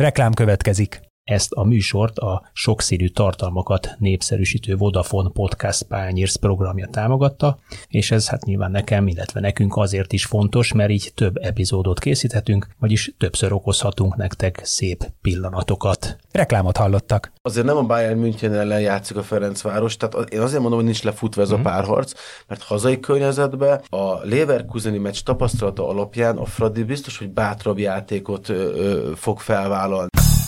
Reklám következik. Ezt a műsort a sokszínű tartalmakat népszerűsítő Vodafone Podcast Pioneers programja támogatta, és ez hát nyilván nekem, illetve nekünk azért is fontos, mert így több epizódot készíthetünk, vagyis többször okozhatunk nektek szép pillanatokat. Reklámot hallottak. Azért nem a Bayern München ellen játszik a Ferencváros, tehát én azért mondom, hogy nincs lefutva ez a párharc, mert hazai környezetben a Leverkuseni meccs tapasztalata alapján a Fradi biztos, hogy bátrabb játékot fog felvállalni.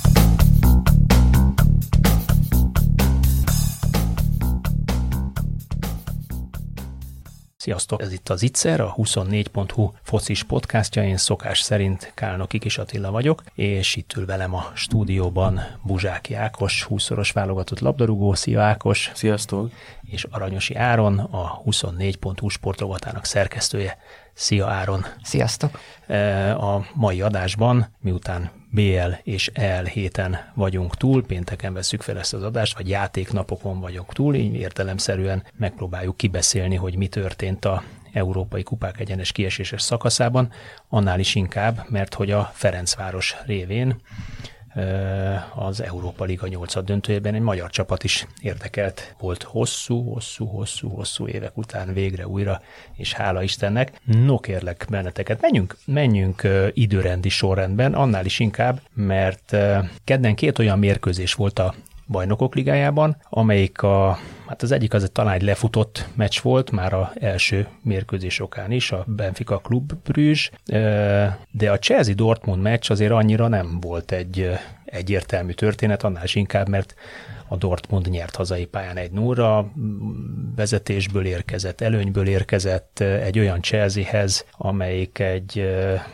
Sziasztok! Ez itt az Ittszer, a 24.hu focis podcastja, én szokás szerint Kálnoki Kis Attila vagyok, és itt ül velem a stúdióban Buzsáki Ákos, 20-szoros válogatott labdarúgó. Szia Ákos! Sziasztok! És Aranyosi Áron, a 24.hu sportrovatának szerkesztője. Szia Áron! Sziasztok! A mai adásban, miután BL és EL héten vagyunk túl, pénteken vesszük fel ezt az adást, vagy játéknapokon vagyunk túl, így értelemszerűen megpróbáljuk kibeszélni, hogy mi történt a európai kupák egyenes kieséses szakaszában, annál is inkább, mert hogy a Ferencváros révén az Európa Liga 8. döntőjében egy magyar csapat is érdekelt volt hosszú évek után végre újra, és hála Istennek. No, kérlek benneteket, menjünk időrendi sorrendben, annál is inkább, mert kedden 2 olyan mérkőzés volt a Bajnokok Ligájában, amelyik az egyik az talán egy lefutott meccs volt, már az első mérkőzés okán is, a Benfica Club Brugge, de a Chelsea-Dortmund meccs azért annyira nem volt egy egyértelmű történet, annál is inkább, mert a Dortmund nyert hazai pályán 1-0-ra, vezetésből érkezett, előnyből érkezett egy olyan Chelseahez, amelyik egy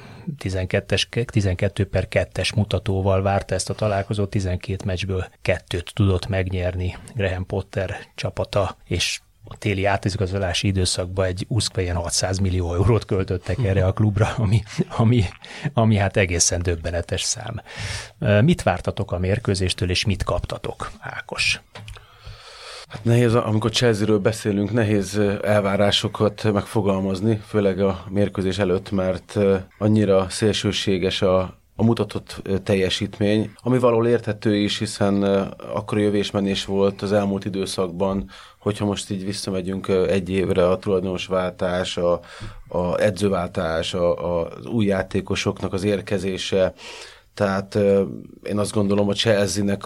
12/2 mutatóval várta ezt a találkozót, 12 meccsből 2-t tudott megnyerni Graham Potter csapata, és a téli átigazolási időszakban egy uszkvejen 600 millió eurót költöttek erre a klubra, ami hát egészen döbbenetes szám. Mit vártatok a mérkőzéstől, és mit kaptatok, Ákos? Hát nehéz, amikor Chelsea-ről beszélünk, nehéz elvárásokat megfogalmazni, főleg a mérkőzés előtt, mert annyira szélsőséges a mutatott teljesítmény, ami valahol érthető is, hiszen akkora jövésmenés volt az elmúlt időszakban, hogyha most így visszamegyünk egy évre, a tulajdonosváltás, a edzőváltás, az új játékosoknak az érkezése, tehát én azt gondolom, a Chelsea-nek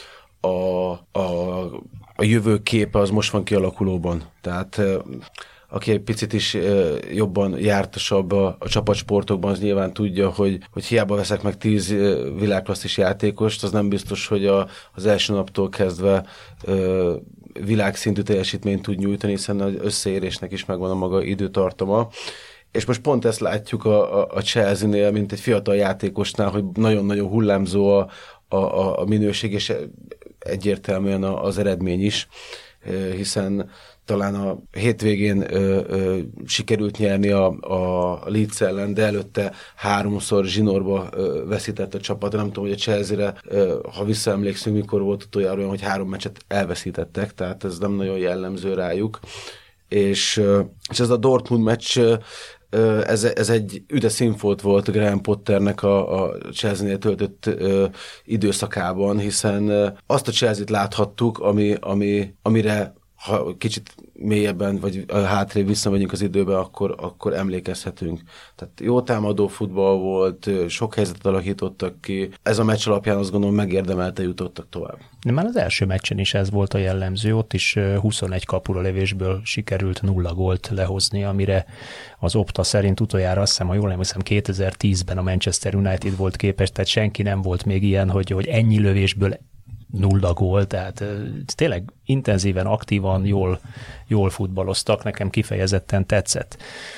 a jövőképe az most van kialakulóban. Tehát aki egy picit is jobban jártasabb a csapatsportokban, az nyilván tudja, hogy hiába veszek meg 10 világklasszis játékost, az nem biztos, hogy az első naptól kezdve világszintű teljesítményt tud nyújtani, hiszen az összeérésnek is megvan a maga időtartama. És most pont ezt látjuk a Chelsea-nél, mint egy fiatal játékosnál, hogy nagyon-nagyon hullámzó a minőség, és egyértelműen az eredmény is, hiszen talán a hétvégén sikerült nyerni a Leeds ellen, de előtte 3-szor zsinórba veszített a csapat. Nem tudom, hogy a Chelsea-re, ha visszaemlékszünk, mikor volt utoljára olyan, hogy 3 meccset elveszítettek, tehát ez nem nagyon jellemző rájuk. És ez a Dortmund meccs, ez egy üde színfolt volt Graham Potternek a Chelsea-nél töltött időszakában, hiszen azt a Chelsea-t láthattuk, amire ha kicsit mélyebben, vagy hátrébb visszamegyünk az időbe, akkor emlékezhetünk. Tehát jó támadó futball volt, sok helyzetet alakítottak ki. Ez a meccs alapján azt gondolom megérdemelte, jutottak tovább. De már az első meccsen is ez volt a jellemző, ott is 21 kapura lövésből sikerült 0 gólt lehozni, amire az Opta szerint utoljára, azt hiszem, ha jól emlékszem, 2010-ben a Manchester United volt képes, tehát senki nem volt még ilyen, hogy ennyi lövésből 0 gól, tehát tényleg intenzíven, aktívan, jól futballoztak, nekem kifejezetten tetszett.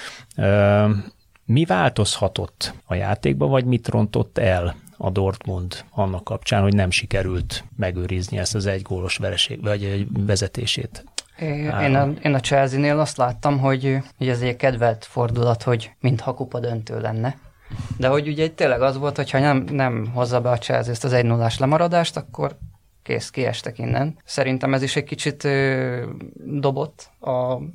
Mi változhatott a játékban, vagy mit rontott el a Dortmund annak kapcsán, hogy nem megőrizni ezt az 1 gólos vezetését? Én a Chelsea-nél azt láttam, hogy ez egy kedvelt fordulat, hogy mintha kupa döntő lenne. De hogy ugye tényleg az volt, hogyha nem hozza be a Chelsea ezt az 1-0-ás lemaradást, akkor kész, kiestek innen. Szerintem ez is egy kicsit dobott a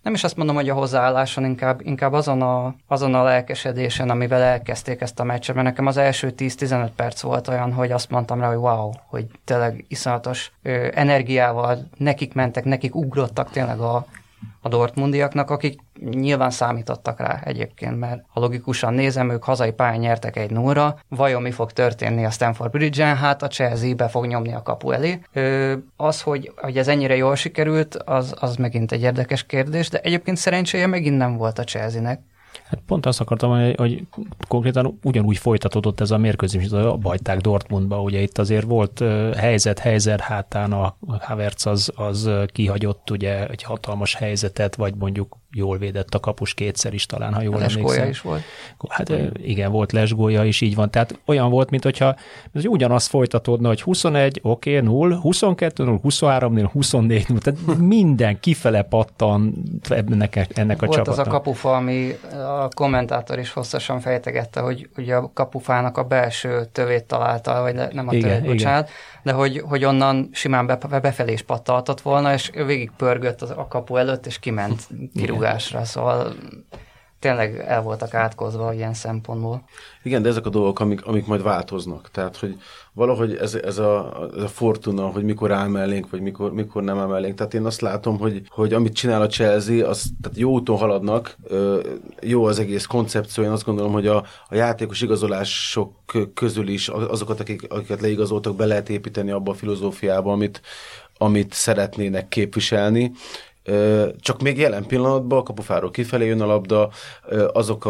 nem is azt mondom, hogy a hozzáálláson, inkább azon a lelkesedésen, amivel elkezdték ezt a meccset, mert nekem az első 10-15 perc volt olyan, hogy azt mondtam rá, hogy wow, hogy tényleg iszonyatos energiával nekik mentek, nekik ugrottak tényleg a dortmundiaknak, akik nyilván számítottak rá egyébként, mert ha logikusan nézem, ők hazai pályán nyertek 1-0-ra, vajon mi fog történni a Stamford Bridge-en? Hát a Chelsea be fog nyomni a kapu elé. Az, hogy ez ennyire jól sikerült, az megint egy érdekes kérdés, de egyébként szerencséje megint nem volt a Chelsea-nek. Hát pont azt akartam, hogy konkrétan ugyanúgy folytatódott ez a mérkőzés, hogy abba hagyták Dortmundba, ugye itt azért volt helyzet hátán, a Havertz az kihagyott ugye egy hatalmas helyzetet, vagy mondjuk jól védett a kapus kétszer is talán, ha jól emlékszem. Lesgólya is volt. Hát igen, volt lesgólya is, így van. Tehát olyan volt, mint hogyha ugyanaz folytatódna, hogy 21, oké, 0, 22, 0, 23, 0, 24, 0, tehát minden kifele pattan ennek a csapatnak. Volt az a kapufa, ami a kommentátor is hosszasan fejtegette, hogy ugye a kapufának a belső tövét találta, vagy nem a tövét, bocsánat, de hogy onnan simán befelé is pattaltott volna, és végig pörgött a kapu előtt, és kiment kirúgásra, szóval tényleg el voltak átkozva ilyen szempontból. Igen, de ezek a dolgok, amik majd változnak. Tehát, hogy valahogy ez a fortuna, hogy mikor áll mellénk, vagy mikor nem áll mellénk. Tehát én azt látom, hogy amit csinál a Chelsea, tehát jó úton haladnak, jó az egész koncepció. Én azt gondolom, hogy a játékos igazolások közül is azokat, akiket leigazoltak, be lehet építeni abba a filozófiába, amit szeretnének képviselni. Csak még jelen pillanatban a kapufáról kifelé jön a labda, azok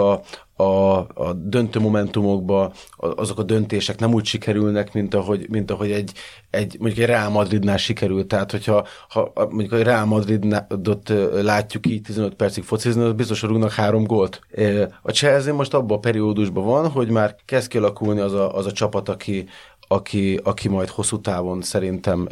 a döntő momentumokban azok a döntések nem úgy sikerülnek, mint ahogy mondjuk egy Real Madridnál sikerült. Tehát, hogyha mondjuk a Real Madridot látjuk így 15 percig focizni, az biztos, hogy rúgnak 3 gólt. A Chelsea most abban a periódusban van, hogy már kezd kialakulni az a csapat, aki majd hosszú távon szerintem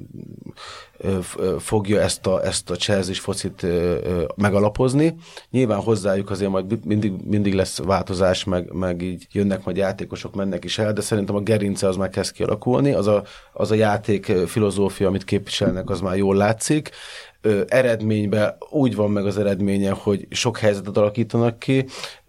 fogja ezt a Chelsea-s focit megalapozni. Nyilván hozzájuk azért majd mindig lesz változás, meg így jönnek majd játékosok, mennek is el, de szerintem a gerince az már kezd kialakulni, az a játék filozófia, amit képviselnek, az már jól látszik. Eredményben úgy van meg az eredménye, hogy sok helyzetet alakítanak ki,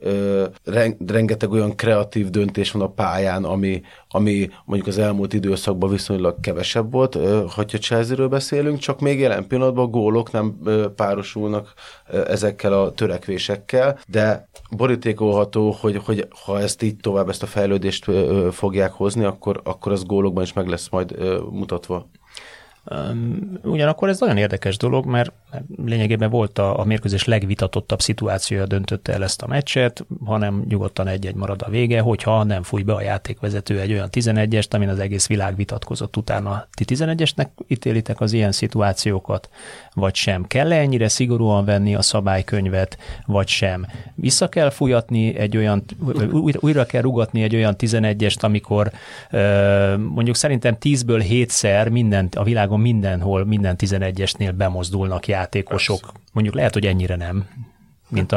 rengeteg olyan kreatív döntés van a pályán, ami mondjuk az elmúlt időszakban viszonylag kevesebb volt, hogyha Chelsea-ről beszélünk, csak még jelen pillanatban a gólok nem párosulnak ezekkel a törekvésekkel, de borítékolható, hogy ha ezt így tovább, ezt a fejlődést fogják hozni, akkor az gólokban is meg lesz majd mutatva. Ugyanakkor ez nagyon érdekes dolog, mert lényegében volt a mérkőzés legvitatottabb szituációja döntötte el ezt a meccset, hanem nyugodtan 1-1 marad a vége, hogyha nem fúj be a játékvezető egy olyan 11-est, amin az egész világ vitatkozott utána. Ti 11-esnek ítélitek az ilyen szituációkat, vagy sem? Kell-e ennyire szigorúan venni a szabálykönyvet, vagy sem? Vissza kell fújatni egy olyan, újra kell rugatni egy olyan 11-est, amikor mondjuk szerintem 10-ből 7-szer a világon mindenhol, minden 11-esnél bemozdulnak játékosok. Persze. Mondjuk lehet, hogy ennyire nem, mint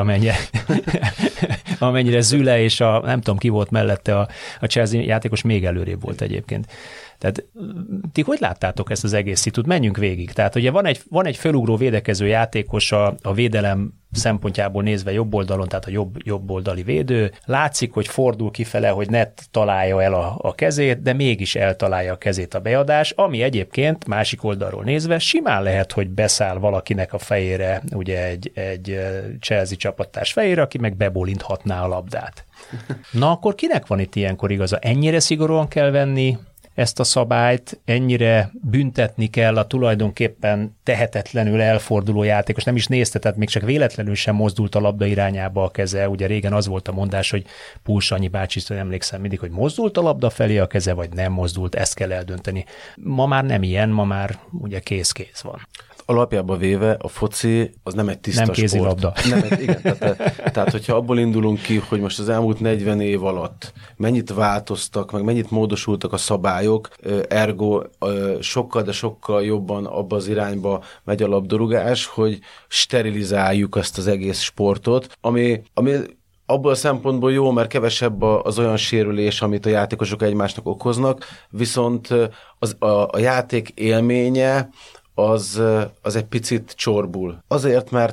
amennyire Züle és nem tudom ki volt mellette a Chelsea játékos még előrébb volt egyébként. Tehát ti hogy láttátok ezt az egész szitut? Menjünk végig. Tehát ugye van egy fölugró védekező játékos a védelem szempontjából nézve jobb oldalon, tehát a jobb oldali védő. Látszik, hogy fordul kifele, hogy ne találja el a kezét, de mégis eltalálja a kezét a beadás, ami egyébként másik oldalról nézve simán lehet, hogy beszáll valakinek a fejére, ugye egy Chelsea csapattárs fejére, aki meg bebolinthatná a labdát. Na akkor kinek van itt ilyenkor igaza? Ennyire szigorúan kell venni ezt a szabályt, ennyire büntetni kell a tulajdonképpen tehetetlenül elforduló játékos, nem is nézte, tehát még csak véletlenül sem mozdult a labda irányába a keze. Ugye régen az volt a mondás, hogy Púl Sanyi bácsitól emlékszem mindig, hogy mozdult a labda felé a keze, vagy nem mozdult, ezt kell eldönteni. Ma már nem ilyen, ma már ugye kéz-kéz van. Alapjában véve a foci az nem egy tiszta nem sport. Igen, tehát hogyha abból indulunk ki, hogy most az elmúlt 40 év alatt mennyit változtak, meg mennyit módosultak a szabályok, ergo sokkal, de sokkal jobban abba az irányba megy a labdarúgás, hogy sterilizáljuk ezt az egész sportot, ami abból a szempontból jó, mert kevesebb az olyan sérülés, amit a játékosok egymásnak okoznak, viszont a játék élménye az egy picit csorbul. Azért, mert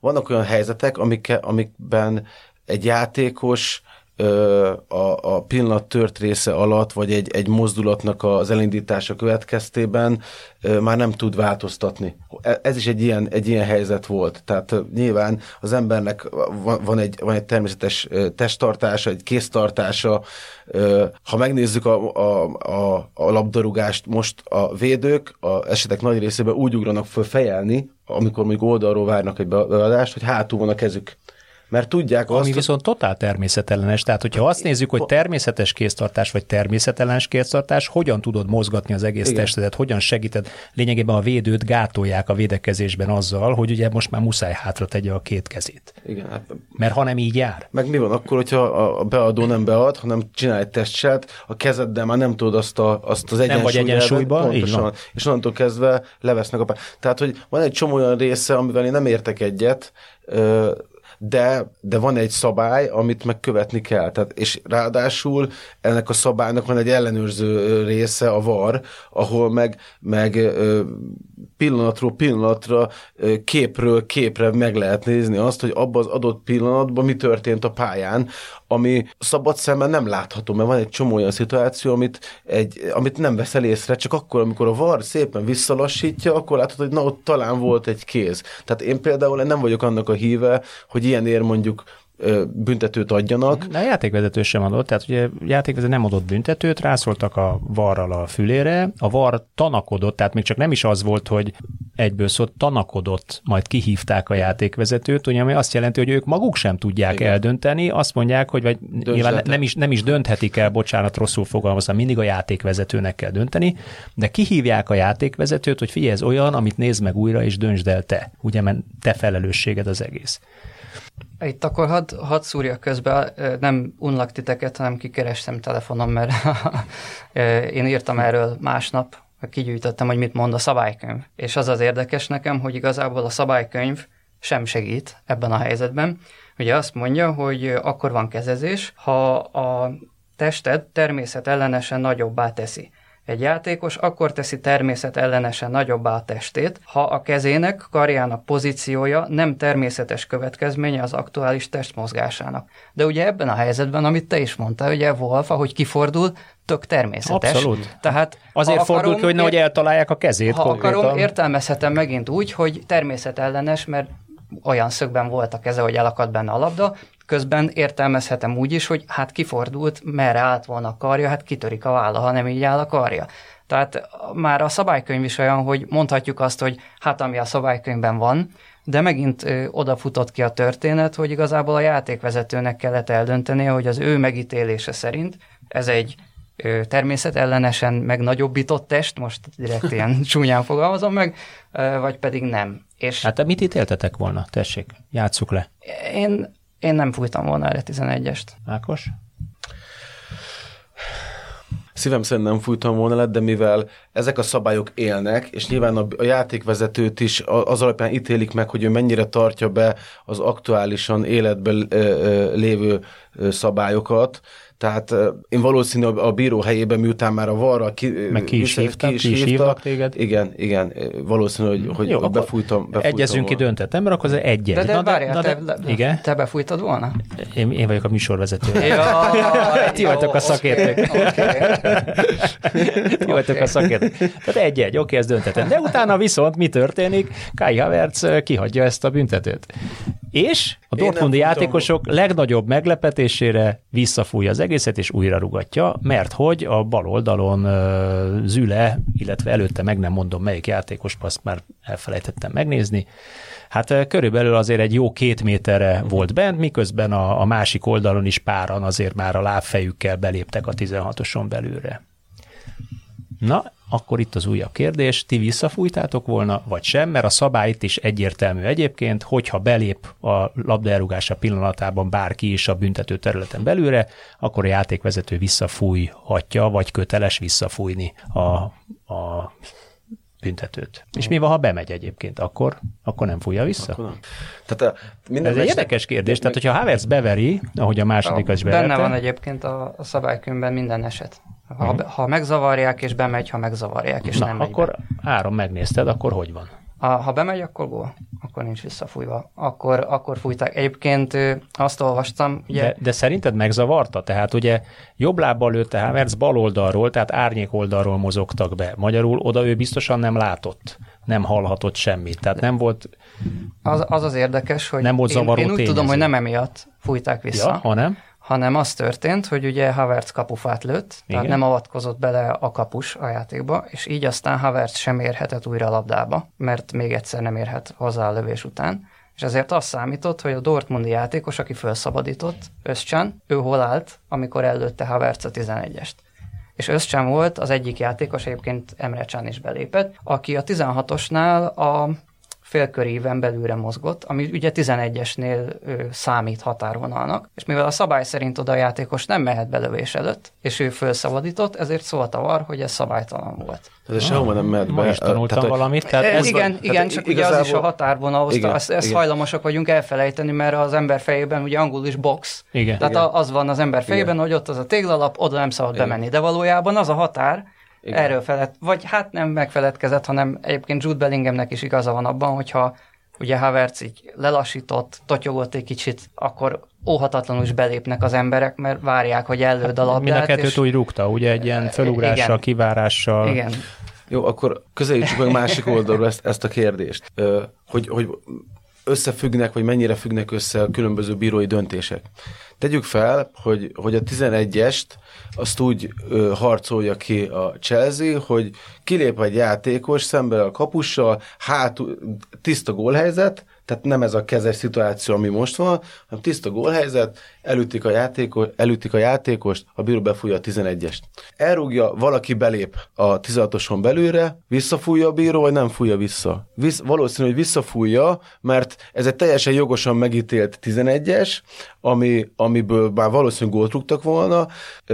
vannak olyan helyzetek, amikben egy játékos a pillanat tört része alatt, vagy egy mozdulatnak az elindítása következtében már nem tud változtatni. Ez is egy ilyen helyzet volt. Tehát nyilván az embernek van egy természetes testtartása, egy kéztartása. Ha megnézzük a labdarúgást, most a védők a esetek nagy részében úgy ugranak föl fejelni, amikor mondjuk oldalról várnak egy beadást, hogy hátul van a kezük. Mert tudják azt... Ami viszont totál természetellenes, tehát hogyha azt nézzük, hogy természetes kéztartás, vagy természetellenes kéztartás, hogyan tudod mozgatni az egész testedet, hogyan segíted, lényegében a védőt gátolják a védekezésben azzal, hogy ugye most már muszáj hátra tegye a két kezét. Igen, hát, mert ha nem így jár. Meg mi van akkor, hogyha a beadó nem bead, hanem csinál egy testselt, a kezeddel már nem tudod azt az egyensúlyt. Nem vagy egyensúlyban, pontosan, és onnantól kezdve levesznek a Tehát, hogy van egy csomó olyan része, amivel én nem értek egyet, de van egy szabály, amit megkövetni kell. Tehát, és ráadásul ennek a szabálynak van egy ellenőrző része, a VAR, ahol meg pillanatról pillanatra, képről képre meg lehet nézni azt, hogy abban az adott pillanatban mi történt a pályán, ami szabad szemmel nem látható, mert van egy csomó olyan szituáció, amit nem veszel észre, csak akkor, amikor a VAR szépen visszalassítja, akkor látod, hogy na, ott talán volt egy kéz. Tehát én például nem vagyok annak a híve, hogy ilyenért mondjuk büntetőt adjanak. De a játékvezető sem adott, tehát ugye a játékvezető nem adott büntetőt, rászóltak a VAR-ral a fülére, a VAR tanakodott, tehát még csak nem is az volt, hogy egyből szólt, tanakodott, majd kihívták a játékvezetőt, ugye, ami azt jelenti, hogy ők maguk sem tudják eldönteni, azt mondják, hogy vagy nyilván nem is dönthetik el, bocsánat, rosszul fogalmazom, mindig a játékvezetőnek kell dönteni, de kihívják a játékvezetőt, hogy figyelj, ez olyan, amit nézd meg újra, és döntsd el te, ugye, mert te felelősséged az egész. Itt akkor hadd szúrjak közben, nem unlak titeket, hanem kikerestem telefonon, mert én írtam erről másnap, kigyűjtöttem, hogy mit mond a szabálykönyv. És az érdekes nekem, hogy igazából a szabálykönyv sem segít ebben a helyzetben. Ugye azt mondja, hogy akkor van kezezés, ha a tested természetellenesen nagyobbá teszi. Egy játékos akkor teszi természetellenesen nagyobbá a testét, ha a kezének, karjának pozíciója nem természetes következménye az aktuális testmozgásának. De ugye ebben a helyzetben, amit te is mondtál, ugye Wolf, ahogy kifordul, tök természetes. Abszolút. Tehát, azért fordul ki, hogy nehogy eltalálják a kezét. Ha akarom, értelmezhetem megint úgy, hogy természetellenes, mert olyan szögben volt a keze, hogy elakadt benne a labda, közben értelmezhetem úgy is, hogy hát kifordult, merre állt volna a karja, hát kitörik a válla, ha nem így áll a karja. Tehát már a szabálykönyv is olyan, hogy mondhatjuk azt, hogy hát ami a szabálykönyvben van, de megint odafutott ki a történet, hogy igazából a játékvezetőnek kellett eldöntenie, hogy az ő megítélése szerint ez egy természetellenesen megnagyobbított test, most direkt ilyen csúnyán fogalmazom meg, vagy pedig nem. És hát mit ítéltetek volna? Tessék, játsszuk le. Én nem fújtam volna erre 11-est. Ákos? Szívem szerint nem fújtam volna le, de mivel ezek a szabályok élnek, és nyilván a játékvezetőt is az alapján ítélik meg, hogy ő mennyire tartja be az aktuálisan életben lévő szabályokat. Tehát én valószínű a bíró helyében, miután már a VAR-ra ki is hívtak téged. Igen, valószínű, hogy jó, befújtam egyezünk ki döntettem, mert akkor az egy-egy. De várjál, te befújtad volna? Én vagyok a műsorvezető. Ti vagytok a szakértők. Ti vagytok a szakértők. Tehát egy-egy, oké, ez döntettem. De utána viszont mi történik? Kai Havertz kihagyja ezt a büntetőt. És a dortmundi játékosok legnagyobb meglepetésére visszafújja az egészet, és újra rugatja, mert hogy a bal oldalon Züle, illetve előtte meg nem mondom melyik játékos, azt már elfelejtettem megnézni, hát körülbelül azért egy jó 2 méterre volt bent, miközben a másik oldalon is páran azért már a lábfejükkel beléptek a 16-oson belülre. Na, akkor itt az újabb kérdés, ti visszafújtátok volna, vagy sem, mert a szabály itt is egyértelmű egyébként, hogyha belép a labda elrúgása pillanatában bárki is a büntető területen belülre, akkor a játékvezető visszafújhatja, vagy köteles visszafújni a büntetőt. És mi van, ha bemegy egyébként? Akkor nem fújja vissza? Akkor nem. Tehát ez egy érdekes kérdés, tehát hogyha Havertz beveri, ahogy a második is beverte. Benne van egyébként a szabálykönyvben minden eset. Ha megzavarják, és bemegy, ha megzavarják, és nem megy akkor Áron megnézted, akkor hogy van? Ha bemegy, akkor gól. akkor nincs visszafújva. Akkor fújták. Egyébként azt olvastam, ugye... De szerinted megzavarta? Tehát ugye jobb lábbal lőtte Havertz bal oldalról, tehát árnyék oldalról mozogtak be. Magyarul oda ő biztosan nem látott, nem hallhatott semmit. Tehát nem volt... Az érdekes, hogy nem volt zavaró én úgy tudom, hogy nem emiatt fújták vissza. Ja, hanem az történt, hogy ugye Havertz kapufát lőtt, tehát nem avatkozott bele a kapus a játékba, és így aztán Havertz sem érhetett újra a labdába, mert még egyszer nem érhet hozzá a lövés után. És ezért azt számított, hogy a dortmundi játékos, aki felszabadított, Özcan, ő hol állt, amikor ellőtte Havertz a 11-est. És Özcan volt az egyik játékos, egyébként Emre Can is belépett, aki a 16-osnál a félköríven belülre mozgott, ami ugye 11-esnél számít határvonalnak, és mivel a szabály szerint oda a játékos nem mehet belövés előtt, és ő felszabadított, ezért szólt a VAR, hogy ez szabálytalan volt. Ez sehova nem mehet be. Ma is tanultam valamit. Tehát igen, csak ugye az is a határvonal, ezt hajlamosak vagyunk elfelejteni, mert az ember fejében ugye angol is box. Igen. Tehát az van az ember fejében, hogy ott az a téglalap, oda nem szabad bemenni, de valójában az a határ, igen. Erről vagy hát nem megfeledkezett, hanem egyébként Jude Bellinghamnek is igaza van abban, hogyha ugye Havertz így lelassított, totyogott egy kicsit, akkor óhatatlanul is belépnek az emberek, mert várják, hogy ellőd a labdát. Mind a kettőt úgy rúgta, ugye egy ilyen felugrással, igen. Kivárással. Igen. Jó, akkor közelítsük meg másik oldalról ezt a kérdést, hogy összefüggnek, vagy mennyire függnek össze a különböző bírói döntések. Tegyük fel, hogy a 11-est azt úgy harcolja ki a Chelsea, hogy kilép egy játékos szemben a kapussal, tiszta gólhelyzet, tehát nem ez a kezes szituáció, ami most van, hanem tiszta gólhelyzet, elütik a játékost, a bíró befújja a 11-est. Elrúgja, valaki belép a 16-oson belőle, visszafújja a bíró, vagy nem fújja vissza? Valószínű, hogy visszafújja, mert ez egy teljesen jogosan megítélt 11-es, amiből már valószínűleg gólt rúgtak volna,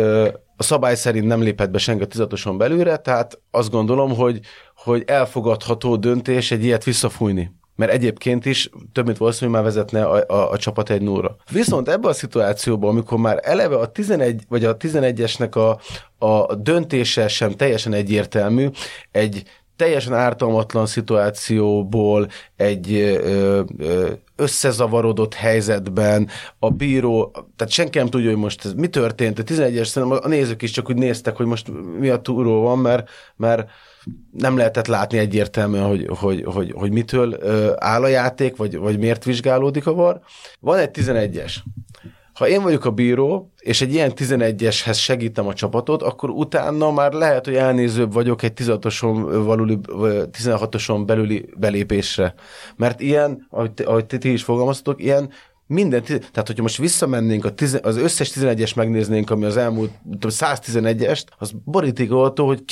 a szabály szerint nem lépett be senki a 16-oson belőle, tehát azt gondolom, hogy elfogadható döntés egy ilyet visszafújni. Mert egyébként is több mint valószínű, hogy már vezetne a csapat 1-0-ra. Viszont ebben a szituációban, amikor már eleve a 11 vagy a 11-esnek a döntése sem teljesen egyértelmű, egy teljesen ártalmatlan szituációból, egy összezavarodott helyzetben a bíró, tehát senki nem tudja, hogy most ez mi történt, a 11-es szerintem a nézők is csak úgy néztek, hogy most mi a túró van, mert nem lehetett látni egyértelműen, hogy mitől áll a játék, vagy miért vizsgálódik a VAR. Van egy 11-es. Ha én vagyok a bíró, és egy ilyen 11-eshez segítem a csapatot, akkor utána már lehet, hogy elnézőbb vagyok egy 16-oson belüli belépésre. Mert ilyen, ahogy ti is fogalmaztatok, ilyen minden, tehát hogyha most visszamennénk, az összes 11-es megnéznénk, ami az elmúlt 111-est, az borítékolható, hogy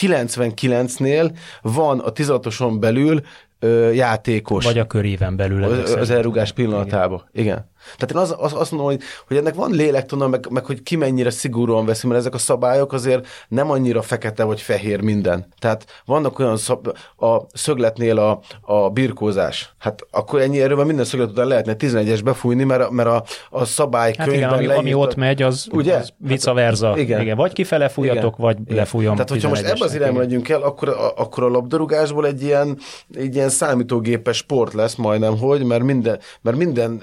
99-nél van a 16-oson belül játékos. Vagy a körében belül. Az elrugás pillanatában. Igen. Tehát én azt mondom, hogy ennek van lélektana, meg hogy ki mennyire szigorúan veszi, mert ezek a szabályok azért nem annyira fekete vagy fehér minden. Tehát vannak olyan a szögletnél a birkózás. Hát akkor ennyi erővel minden szöglet után lehetne 11-es befújni, mert a szabálykönyvben hát igen, ami ott megy, az vice versa. Igen. Vagy kifele fújjatok, vagy lefújom. Tehát hogyha most ebben az irányba megyünk el, akkor a labdarúgásból egy ilyen számítógépes sport lesz majdnem, mert minden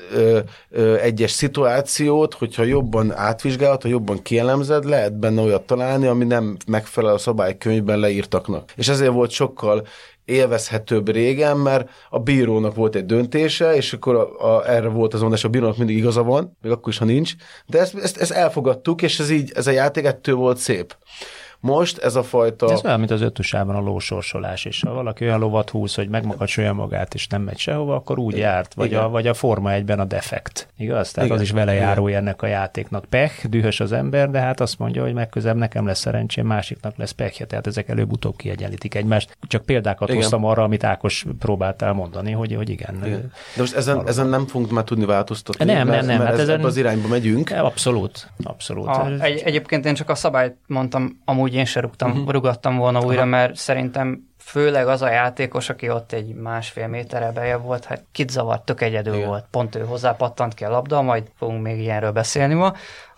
egyes szituációt, hogyha jobban átvizsgálod, ha jobban kielemzed, lehet benne olyat találni, ami nem megfelel a szabálykönyvben leírtaknak. És ezért volt sokkal élvezhetőbb régen, mert a bírónak volt egy döntése, és akkor erre volt az mondás, a bírónak mindig igaza van, még akkor is, ha nincs, de ezt elfogadtuk, és ez a játék ettől volt szép. Most ez a fajta... Ez olyan, mint az ötösában a lósorsolás, és ha valaki olyan lovat húz, hogy megmakacsolja magát, és nem megy sehova, akkor úgy járt, vagy a Forma 1-ben a defekt. Igaz? Tehát az is vele járó ennek a játéknak. Pech, dühös az ember, de hát azt mondja, hogy megközelebb nekem lesz szerencsém, másiknak lesz pechje, tehát ezek előbb-utóbb kiegyenlítik egymást. Csak példákat hoztam arra, amit Ákos próbáltál mondani, hogy igen. De most ezen nem fogunk már tudni változtatni. Nem. Hát ebben az irányba megyünk. Abszolút. Egyébként én csak a szabályt mondtam, amúgy én se rugattam volna újra, mert szerintem főleg az a játékos, aki ott egy 1,5 méterre beljebb volt, hát kit zavart, tök egyedül volt. Pont ő hozzá pattant ki a labda, majd fogunk még ilyenről beszélni ma.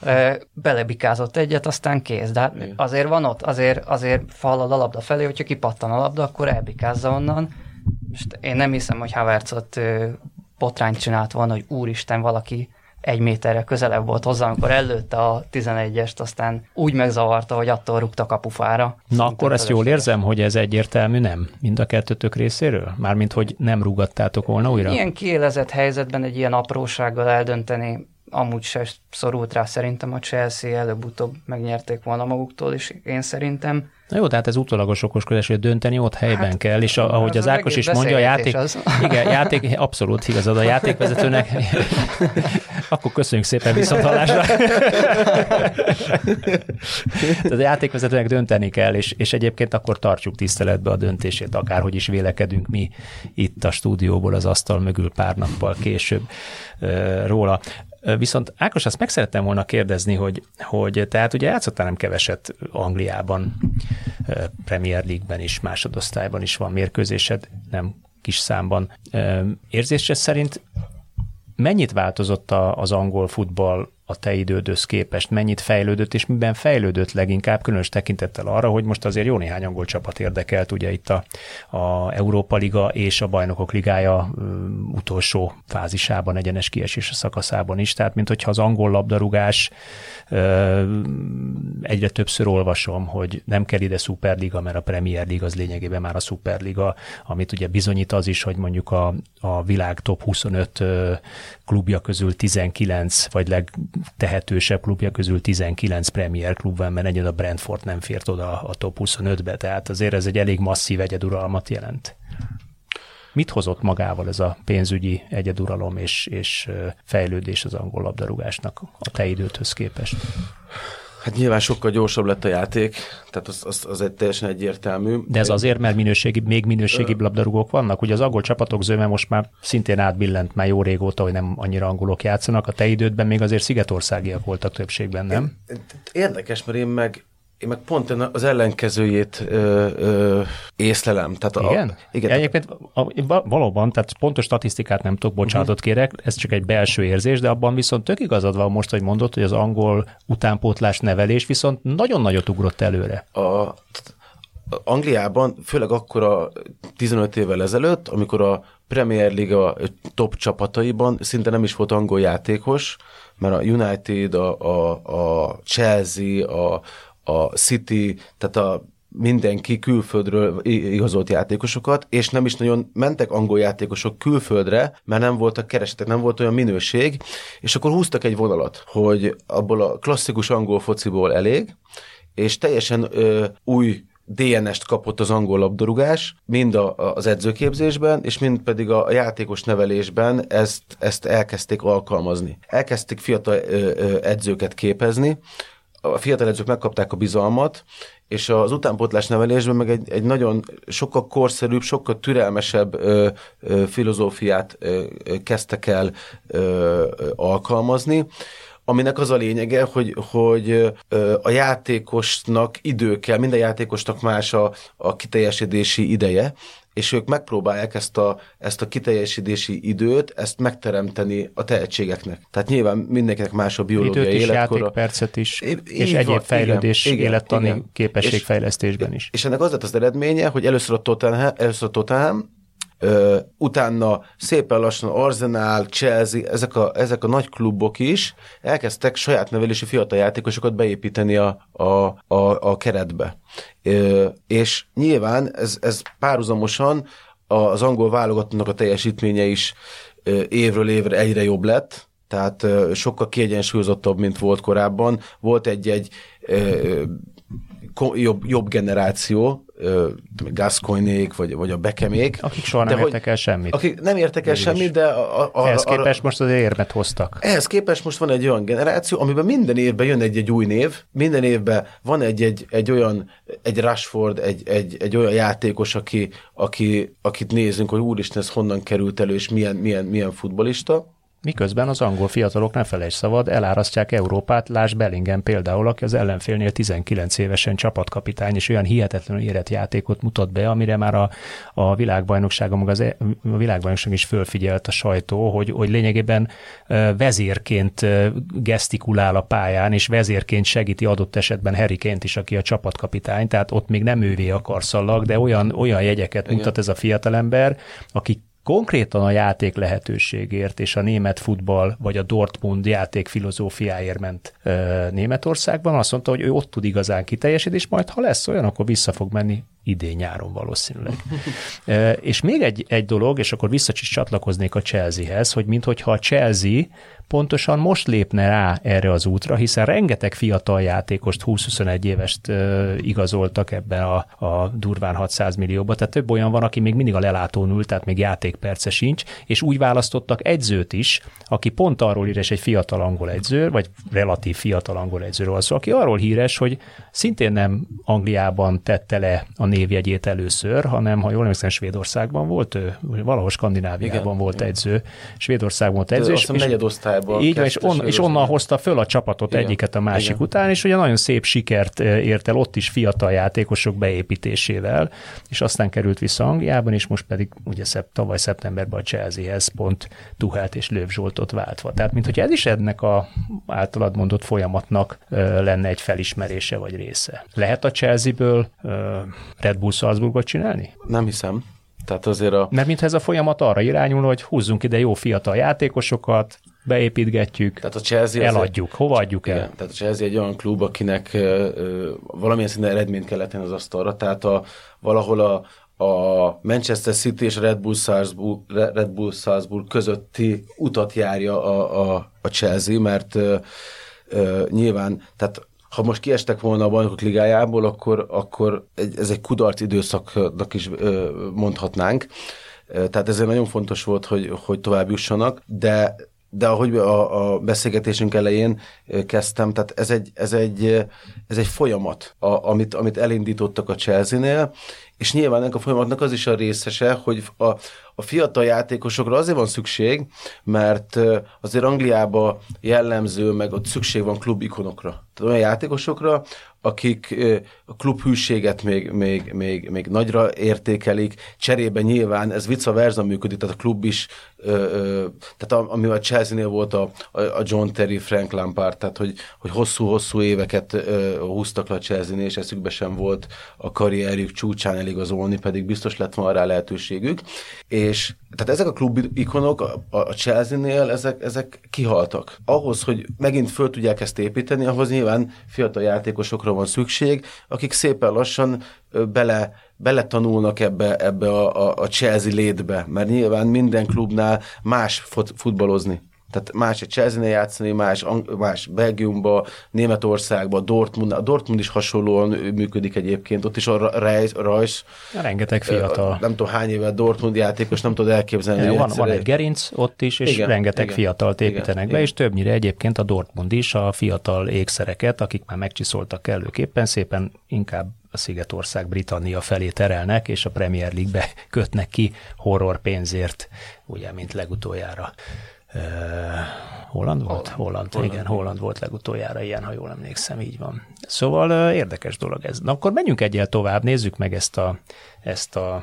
Belebikázott egyet, aztán kész. De hát azért van ott, azért fallad a labda felé, hogyha kipattan a labda, akkor elbikázza onnan. Most én nem hiszem, hogy Havertzot botrányt csinált volna, hogy úristen, valaki 1 méterre közelebb volt hozzá, amikor előtte a 11-est, aztán úgy megzavarta, hogy attól rúgta kapufára. Na akkor ezt jól érzem, hogy ez egyértelmű nem mind a kettőtök részéről? Mármint, hogy nem rúgattátok volna újra? Ilyen kiélezett helyzetben egy ilyen aprósággal eldönteni, amúgy se szorult rá szerintem a Chelsea, előbb-utóbb megnyerték volna maguktól is, én szerintem. Na jó, tehát ez utólagos okoskodás, hogy dönteni ott helyben kell, és ahogy az Ákos is mondja, a játék... Igen, abszolút igazad a játékvezetőnek. Akkor köszönjük szépen viszonthallásra. Tehát a játékvezetőnek dönteni kell, és egyébként akkor tartsuk tiszteletbe a döntését, akárhogy is vélekedünk mi itt a stúdióból az asztal mögül pár nappal később róla. Viszont Ákos, azt meg szerettem volna kérdezni, hogy tehát ugye játszottál nem keveset Angliában, Premier League-ben is, másodosztályban is van mérkőzésed, nem kis számban. Érzésed szerint mennyit változott az angol futball a te idődhöz képest, mennyit fejlődött, és miben fejlődött leginkább, különös tekintettel arra, hogy most azért jó néhány angol csapat érdekelt, ugye itt a Európa Liga és a Bajnokok Ligája utolsó fázisában, egyenes kiesés szakaszában is, tehát mint hogyha az angol labdarúgás, egyre többször olvasom, hogy nem kell ide Szuperliga, mert a Premier League az lényegében már a Szuperliga, amit ugye bizonyít az is, hogy mondjuk a világ top 25 klubja közül 19, vagy legtehetősebb klubja közül 19 Premier klub van, mert egyedül a Brentford nem fért oda a top 25-be, tehát azért ez egy elég masszív egyeduralmat jelent. Mit hozott magával ez a pénzügyi egyeduralom és fejlődés az angol labdarúgásnak a te idődhöz képest? Hát nyilván sokkal gyorsabb lett a játék, tehát az egy teljesen egyértelmű. De ez azért, mert még minőségibb labdarúgók vannak? Ugye az angol csapatok zöme most már szintén átbillent már jó régóta, hogy nem annyira angolok játszanak. A te idődben még azért szigetországiak voltak többségben, nem? Érdekes, mert én meg pont az ellenkezőjét észlelem. Tehát igen? Igen. Egyébként valóban, tehát pontos statisztikát nem tudok, bocsánatot kérek, ez csak egy belső érzés, de abban viszont tök igazad van most, hogy mondod, hogy az angol utánpótlás nevelés viszont nagyon nagyot ugrott előre. Angliában, főleg akkor a 15 évvel ezelőtt, amikor a Premier League top csapataiban szinte nem is volt angol játékos, mert a United, a Chelsea, a City, tehát mindenki külföldről igazolt játékosokat, és nem is nagyon mentek angol játékosok külföldre, mert nem voltak keresetek, nem volt olyan minőség, és akkor húztak egy vonalat, hogy abból a klasszikus angol fociból elég, és teljesen új DNS-t kapott az angol labdarúgás, mind az edzőképzésben, és mind pedig a játékos nevelésben ezt elkezdték alkalmazni. Elkezdték fiatal edzőket képezni, a fiatal edzők megkapták a bizalmat, és az utánpótlás nevelésben meg egy nagyon sokkal korszerűbb, sokkal türelmesebb filozófiát kezdtek el alkalmazni, aminek az a lényege, hogy a játékosnak idő kell, minden játékosnak más a kiteljesedési ideje, és ők megpróbálják ezt a kiteljesedési időt, ezt megteremteni a tehetségeknek. Tehát nyilván mindenkinek más a biológiai életkora. Időt is, játékpercet is, és egyéb fejlődés, élettani képességfejlesztésben is. És ennek az lett az eredménye, hogy először a Tottenham, utána szépen lassan Arsenal, Chelsea, ezek a nagy klubok is elkezdtek saját nevelési fiatal játékosokat beépíteni a keretbe. És nyilván ez párhuzamosan az angol válogatottnak a teljesítménye is évről évre egyre jobb lett, tehát sokkal kiegyensúlyozottabb, mint volt korábban. Volt egy jobb generáció, Gascoignék, vagy a Beckhamék. Akik soha nem értek el semmit. Akik nem értek el semmit, de... Ehhez képest most az érmet hoztak. Ehhez képest most van egy olyan generáció, amiben minden évben jön egy új név, minden évben van egy Rashford, egy olyan játékos, akit nézünk, hogy úristen, ez honnan került elő, és milyen futballista. Miközben az angol fiatalok, ne felejtsd szabad, elárasztják Európát, lásd Bellingham például, aki az ellenfélnél 19 évesen csapatkapitány, és olyan hihetetlenül érett játékot mutat be, amire már a világbajnokságon, meg a világbajnokság is fölfigyelt a sajtó, hogy lényegében vezérként gesztikulál a pályán, és vezérként segíti adott esetben Harry Kane-t is, aki a csapatkapitány, tehát ott még nem ővé a karszallag, de olyan jegyeket mutat ez a fiatalember, aki konkrétan a játék lehetőségért és a német futball vagy a Dortmund játék filozófiáért ment Németországban, azt mondta, hogy ő ott tud igazán kiteljesíteni, és majd ha lesz olyan, akkor vissza fog menni idén nyáron valószínűleg. És még egy dolog, és akkor csatlakoznék a Chelseahez, hogy minthogyha a Chelsea pontosan most lépne rá erre az útra, hiszen rengeteg fiatal játékost, 20-21 évest igazoltak ebben a durván 600 millióba, tehát több olyan van, aki még mindig a lelátón ül, tehát még játékperce sincs, és úgy választottak egyzőt is, aki pont arról híres, egy fiatal angol egyző, vagy relatív fiatal angol egyzőről szó, aki arról híres, hogy szintén nem Angliában tette le a névjegyét először, hanem, ha jól emlékszem, Svédországban volt ő, valahol Skandináviában volt edző, Svédországban volt edző, és így van, és onnan hozta föl a csapatot egyiket a másik után, és ugye nagyon szép sikert ért el ott is fiatal játékosok beépítésével, és aztán került vissza Angliában, és most pedig ugye tavaly szeptemberben a Chelseahez pont Tuchelt és Löw Zsoltot váltva. Tehát, minthogy ez is ennek a általad mondott folyamatnak lenne egy felismerése vagy része. Lehet a Chelsea-ből Red Bull Salzburgot csinálni? Nem hiszem. Tehát azért Mert mintha ez a folyamat arra irányul, hogy húzzunk ide jó fiatal játékosokat, beépítgetjük, tehát a Chelsea eladjuk. Hova adjuk el? Igen, tehát a Chelsea egy olyan klub, akinek valamilyen szinten eredményt kellett tenni az asztalra, tehát valahol a Manchester City és a Red Bull Salzburg közötti utat járja a Chelsea, mert nyilván, tehát ha most kiestek volna a Bajnokok Ligájából, akkor ez egy kudarc időszaknak is mondhatnánk. Tehát ezért nagyon fontos volt, hogy tovább jussanak, de ahogy a beszélgetésünk elején kezdtem, tehát ez egy folyamat, amit elindítottak a Chelsea-nél, és nyilván ennek a folyamatnak az is a részese, hogy a fiatal játékosokra azért van szükség, mert azért Angliában jellemző, meg ott szükség van klubikonokra. Tehát olyan játékosokra, akik a klubhűséget még nagyra értékelik, cserébe nyilván ez vice versa működik, tehát a klub is, tehát ami a Chelsea-nél volt a John Terry, Frank Lampard, tehát hogy hosszú-hosszú éveket húztak le a Chelsea-nél, és eszükbe sem volt a karrierjük csúcsán eligazolni, pedig biztos lett volna rá lehetőségük. És tehát ezek a klubikonok a Chelsea-nél, ezek kihaltak. Ahhoz, hogy megint föl tudják ezt építeni, ahhoz nyilván fiatal játékosokra van szükség, akik szépen lassan beletanulnak ebbe a Chelsea létbe, mert nyilván minden klubnál más futballozni. Tehát más egy Chelsea-nél játszani, más Belgiumba, Németországba, Dortmund. A Dortmund is hasonlóan működik egyébként, ott is a Reis. Rengeteg fiatal. Nem tudom hány éve Dortmund játékos, nem tudod elképzelni. Van egy gerinc ott is, és rengeteg fiatalt építenek be, és többnyire egyébként a Dortmund is a fiatal ékszereket, akik már megcsiszoltak kellőképpen, szépen inkább a Szigetország Britannia felé terelnek, és a Premier League-be kötnek ki horror pénzért, ugye, mint legutoljára. Holland volt? Holland volt legutoljára ilyen, ha jól emlékszem, így van. Szóval érdekes dolog ez. Na akkor menjünk egyel tovább, nézzük meg ezt a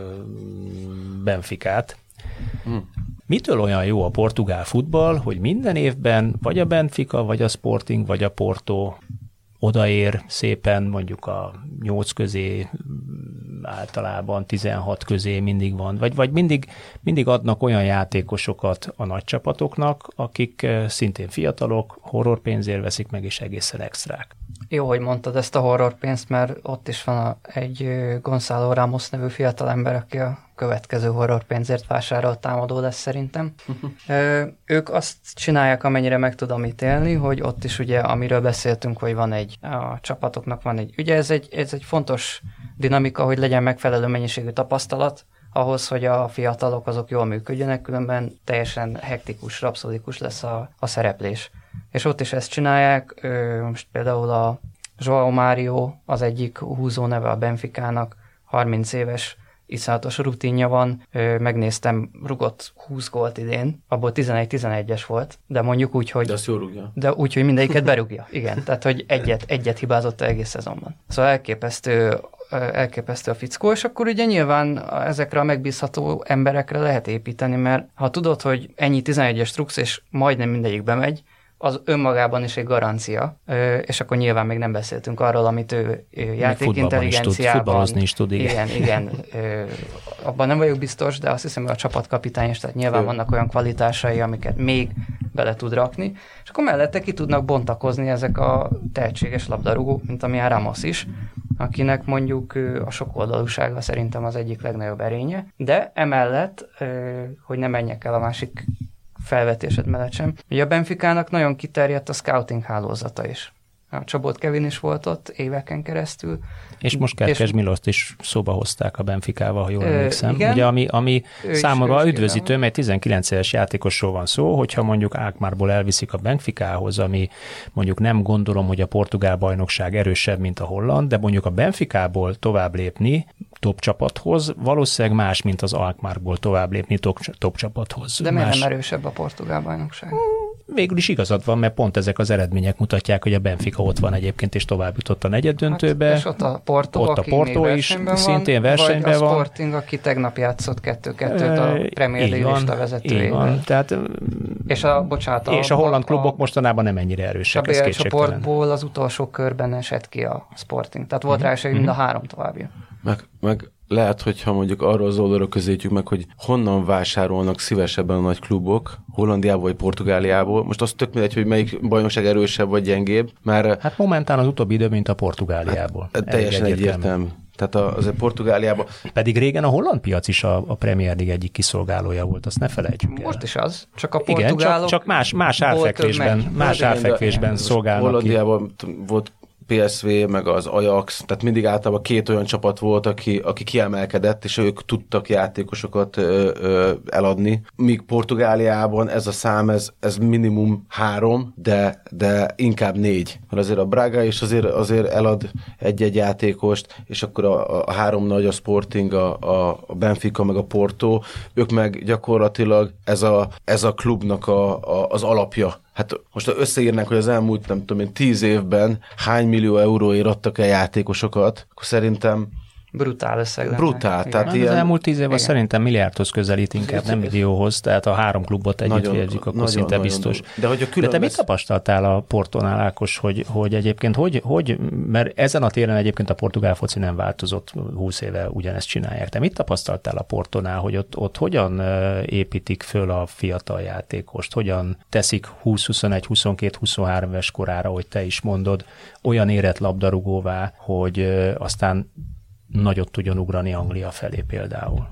Benficát. Mitől olyan jó a portugál futball, hogy minden évben vagy a Benfica, vagy a Sporting, vagy a Porto odaér szépen, mondjuk a 8 közé, általában 16 közé mindig van, vagy mindig adnak olyan játékosokat a nagy csapatoknak, akik szintén fiatalok, horrorpénzért veszik meg, és egészen extrák. Jó, hogy mondtad ezt a horrorpénzt, mert ott is van egy Gonzalo Ramos nevű fiatalember, aki a következő horrorpénzért vásárolt támadó lesz szerintem. Ők azt csinálják, amennyire meg tudom ítélni, hogy ott is ugye, amiről beszéltünk, hogy a csapatoknak van egy, ugye ez egy fontos dinamika, hogy legyen megfelelő mennyiségű tapasztalat, ahhoz, hogy a fiatalok azok jól működjenek, különben teljesen hektikus, rapszodikus lesz a szereplés. És ott is ezt csinálják, most például a João Mário az egyik húzó neve a Benficának, 30 éves, iszonyatos rutinja van, megnéztem, rugott 20 gólt idén, abból 11-11-es volt, de mondjuk úgy, hogy... De azt jól rúgja. De úgy, hogy mindegyiket berúgja, igen, tehát hogy egyet hibázott egész szezonban. Szóval elképesztő a fickó, és akkor ugye nyilván ezekre a megbízható emberekre lehet építeni, mert ha tudod, hogy ennyi 11-es rugsz, és majdnem mindegyik bemegy, az önmagában is egy garancia, és akkor nyilván még nem beszéltünk arról, amit ő játékintelligenciában... Futballozni is tud, igen. Abban nem vagyok biztos, de azt hiszem, hogy a csapatkapitány is, tehát nyilván vannak olyan kvalitásai, amiket még bele tud rakni, és akkor mellette ki tudnak bontakozni ezek a tehetséges labdarúgók, mint amilyen Ramos is, akinek mondjuk a sokoldalúsága szerintem az egyik legnagyobb erénye, de emellett, hogy ne menjek el a másik felvetésed mellett sem, ugye a Benficának nagyon kiterjedt a scouting hálózata is. A Csabot Kevin is volt ott éveken keresztül. És most Kerkez Miloszt is szóba hozták a Benficával, ha jól emlékszem. Igen, ugye, ami számomra üdvözítő, mert 19 éves játékosról van szó, hogyha mondjuk Alkmaarból elviszik a Benficához, ami mondjuk nem gondolom, hogy a portugál bajnokság erősebb, mint a holland, de mondjuk a Benficából tovább lépni top csapathoz, valószínűleg más, mint az Alkmaarból tovább lépni top csapathoz. De miért nem erősebb a portugál bajnokság? Végül is igazad van, mert pont ezek az eredmények mutatják, hogy a Benfica ott van egyébként, és tovább jutott a negyeddöntőbe. Hát, és ott a Porto is szintén versenyben van. Vagy a Sporting, aki tegnap játszott 2-2-t a Premier League lista vezetőjével. És a holland klubok mostanában nem ennyire erősek, ez kétségtelen. A csoportból az utolsó körben esett ki a Sporting. Tehát volt rá esély, mind a 3 továbbja. Meg lehet, hogyha mondjuk arról az oldalról közítjük meg, hogy honnan vásárolnak szívesebben a nagy klubok, Hollandiából vagy Portugáliából. Most az tök mindegy, hogy melyik bajnokság erősebb vagy gyengébb, mert... Hát momentán az utóbbi idő, mint a Portugáliából. Hát, teljesen egyértelmű. Tehát azért Portugáliában... Pedig régen a holland piac is a Premier League egyik kiszolgálója volt, azt ne felejtsük el. Most is az, csak a portugálok... Igen, csak más árfekvésben szolgálnak Hollandiában volt PSV, meg az Ajax, tehát mindig általában 2 olyan csapat volt, aki kiemelkedett, és ők tudtak játékosokat eladni. Míg Portugáliában ez a szám, ez minimum 3, de inkább 4. Mert azért a Braga is azért elad egy-egy játékost, és akkor a 3 nagy, a Sporting, a Benfica, meg a Porto, ők meg gyakorlatilag ez a klubnak az alapja. Hát most összeírnánk, hogy az elmúlt, nem tudom én, 10 évben hány millió euróért adtak el játékosokat, akkor szerintem brutál összeg lenne. Brutál. Tehát ilyen... Az elmúlt 10 évben szerintem milliárdhoz közelít inkább, nem millióhoz, tehát a 3 klubot együtt vérzik, akkor szinte biztos. De te mit tapasztaltál a Portónál, Ákos, hogy egyébként mert ezen a téren egyébként a portugál foci nem változott, 20 éve ugyanezt csinálják. Te mit tapasztaltál a Portónál, hogy ott hogyan építik föl a fiatal játékost, hogyan teszik 20-21-22-23 éves korára, hogy te is mondod, olyan érett labdarúgóvá, hogy aztán nagyot tudjon ugrani Anglia felé például?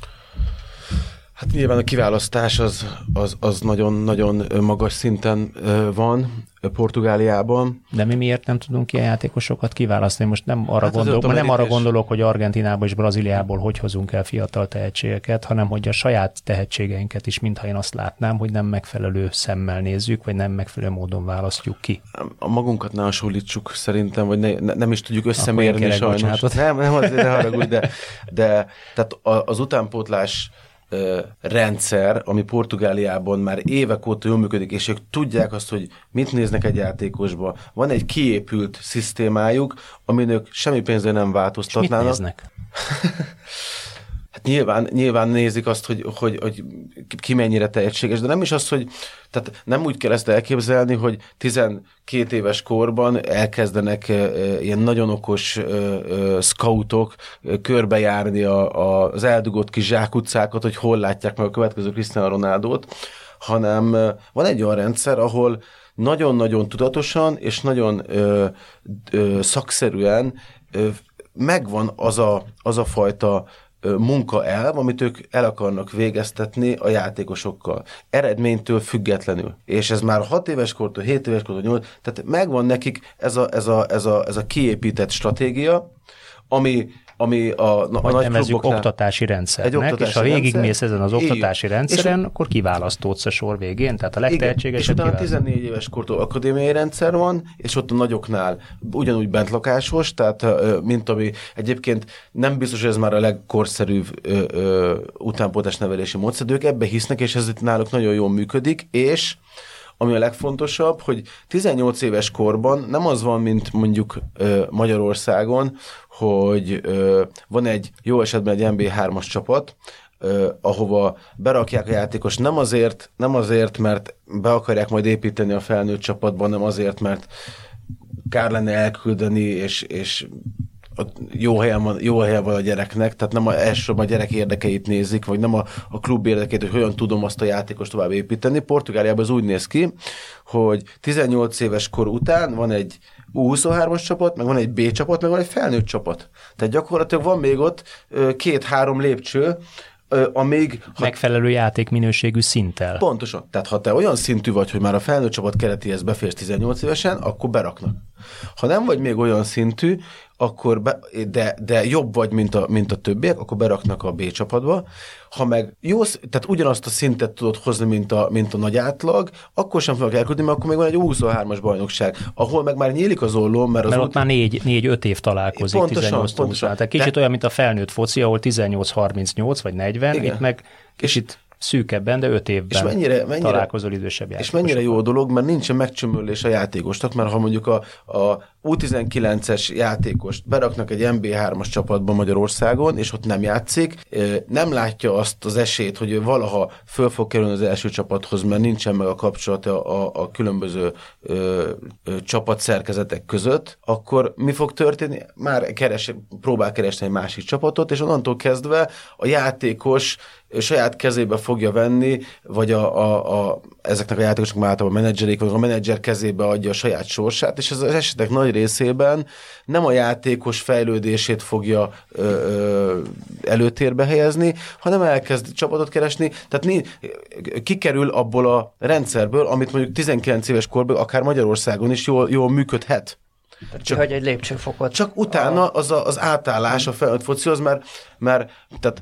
Hát nyilván a kiválasztás az nagyon-nagyon magas szinten van Portugáliában. De mi miért nem tudunk ilyen játékosokat kiválasztani? Most nem arra gondolok, hogy Argentinából és Brazíliából hogy hozunk el fiatal tehetségeket, hanem hogy a saját tehetségeinket is, mintha én azt látnám, hogy nem megfelelő szemmel nézzük, vagy nem megfelelő módon választjuk ki. A magunkat ne hasonlítsuk szerintem, vagy nem is tudjuk összemérni sajnos. Nem, azért ne haragudj, de tehát az utánpótlás rendszer, ami Portugáliában már évek óta jól működik, és ők tudják azt, hogy mit néznek egy játékosba. Van egy kiépült szisztémájuk, amin ők semmi pénzre nem változtatnának. És mit néznek? Hát nyilván nézik azt, hogy ki mennyire tehetséges, de nem is az, hogy tehát nem úgy kell ezt elképzelni, hogy 12 éves korban elkezdenek ilyen nagyon okos scoutok körbejárni az eldugott kis zsákutcákat, hogy hol látják meg a következő Cristiano Ronaldót, hanem van egy olyan rendszer, ahol nagyon-nagyon tudatosan és nagyon szakszerűen megvan az a fajta munkaelv, amit ők el akarnak végeztetni a játékosokkal. Eredménytől függetlenül. És ez már 6 éves kortól, 7 éves kortól, 8, tehát megvan nekik ez a kiépített stratégia, ami a nagy kluboknál... oktatási rendszernek, és ha végigmész ezen az oktatási rendszeren, akkor kiválasztódsz a sor végén, tehát a legtehetségesebb kiválasztó. És utána 14 éves kortól akadémiai rendszer van, és ott a nagyoknál ugyanúgy bentlakásos, tehát mint ami egyébként nem biztos, hogy ez már a legkorszerűbb utánpótlás nevelési módszer, ők ebbe hisznek, és ez náluk nagyon jól működik, és ami a legfontosabb, hogy 18 éves korban nem az van, mint mondjuk Magyarországon, hogy van egy jó esetben egy NB3-as csapat, ahova berakják a játékos, nem azért, mert be akarják majd építeni a felnőtt csapatban, nem azért, mert kár lenne elküldeni, és jó helyen van a gyereknek, tehát nem elsősorban a gyerek érdekeit nézik, vagy nem a klub érdekeit, hogy hogyan tudom azt a játékost tovább építeni. Portugáliában ez úgy néz ki, hogy 18 éves kor után van egy U23-as csapat, meg van egy B csapat, meg van egy felnőtt csapat. Tehát gyakorlatilag van még ott 2-3 lépcső, amíg... Megfelelő játékminőségű szinttel. Pontosan. Tehát ha te olyan szintű vagy, hogy már a felnőtt csapat keretéhez beférsz 18 évesen, akkor beraknak. Ha nem vagy még olyan szintű, akkor de jobb vagy, mint a többiek, akkor beraknak a B csapatba. Ha meg jó, tehát ugyanazt a szintet tudod hozni, mint a nagy átlag, akkor sem fognak elküldni, mert akkor még van egy 23-as bajnokság, ahol meg már nyílik az olló, mert ott már 4-5 év találkozik, 18-20. Tehát kicsit olyan, mint a felnőtt foci, ahol 18-38 vagy 40, igen. Itt meg kicsit szűkebben, de 5 évben mennyire találkozol idősebb játékosokkal. És mennyire jó dolog, mert nincsen megcsömöllés a játékosnak, mert ha mondjuk a U19-es játékost beraknak egy MB3-as csapatba Magyarországon, és ott nem játszik, nem látja azt az esélyt, hogy ő valaha föl fog kerülni az első csapathoz, mert nincsen meg a kapcsolata a különböző csapatszerkezetek között, akkor mi fog történni? Már próbál keresni egy másik csapatot, és onnantól kezdve a játékos saját kezébe fogja venni, vagy ezeknek a játékosoknak már általában a menedzserék, vagy a menedzser kezébe adja a saját sorsát, és az esetek nagy részében nem a játékos fejlődését fogja előtérbe helyezni, hanem elkezd csapatot keresni, tehát kikerül abból a rendszerből, amit mondjuk 19 éves korban akár Magyarországon is jól működhet. Csak egy lépcsőfokot. Csak utána az átállás a felnőtt focihoz, mert tehát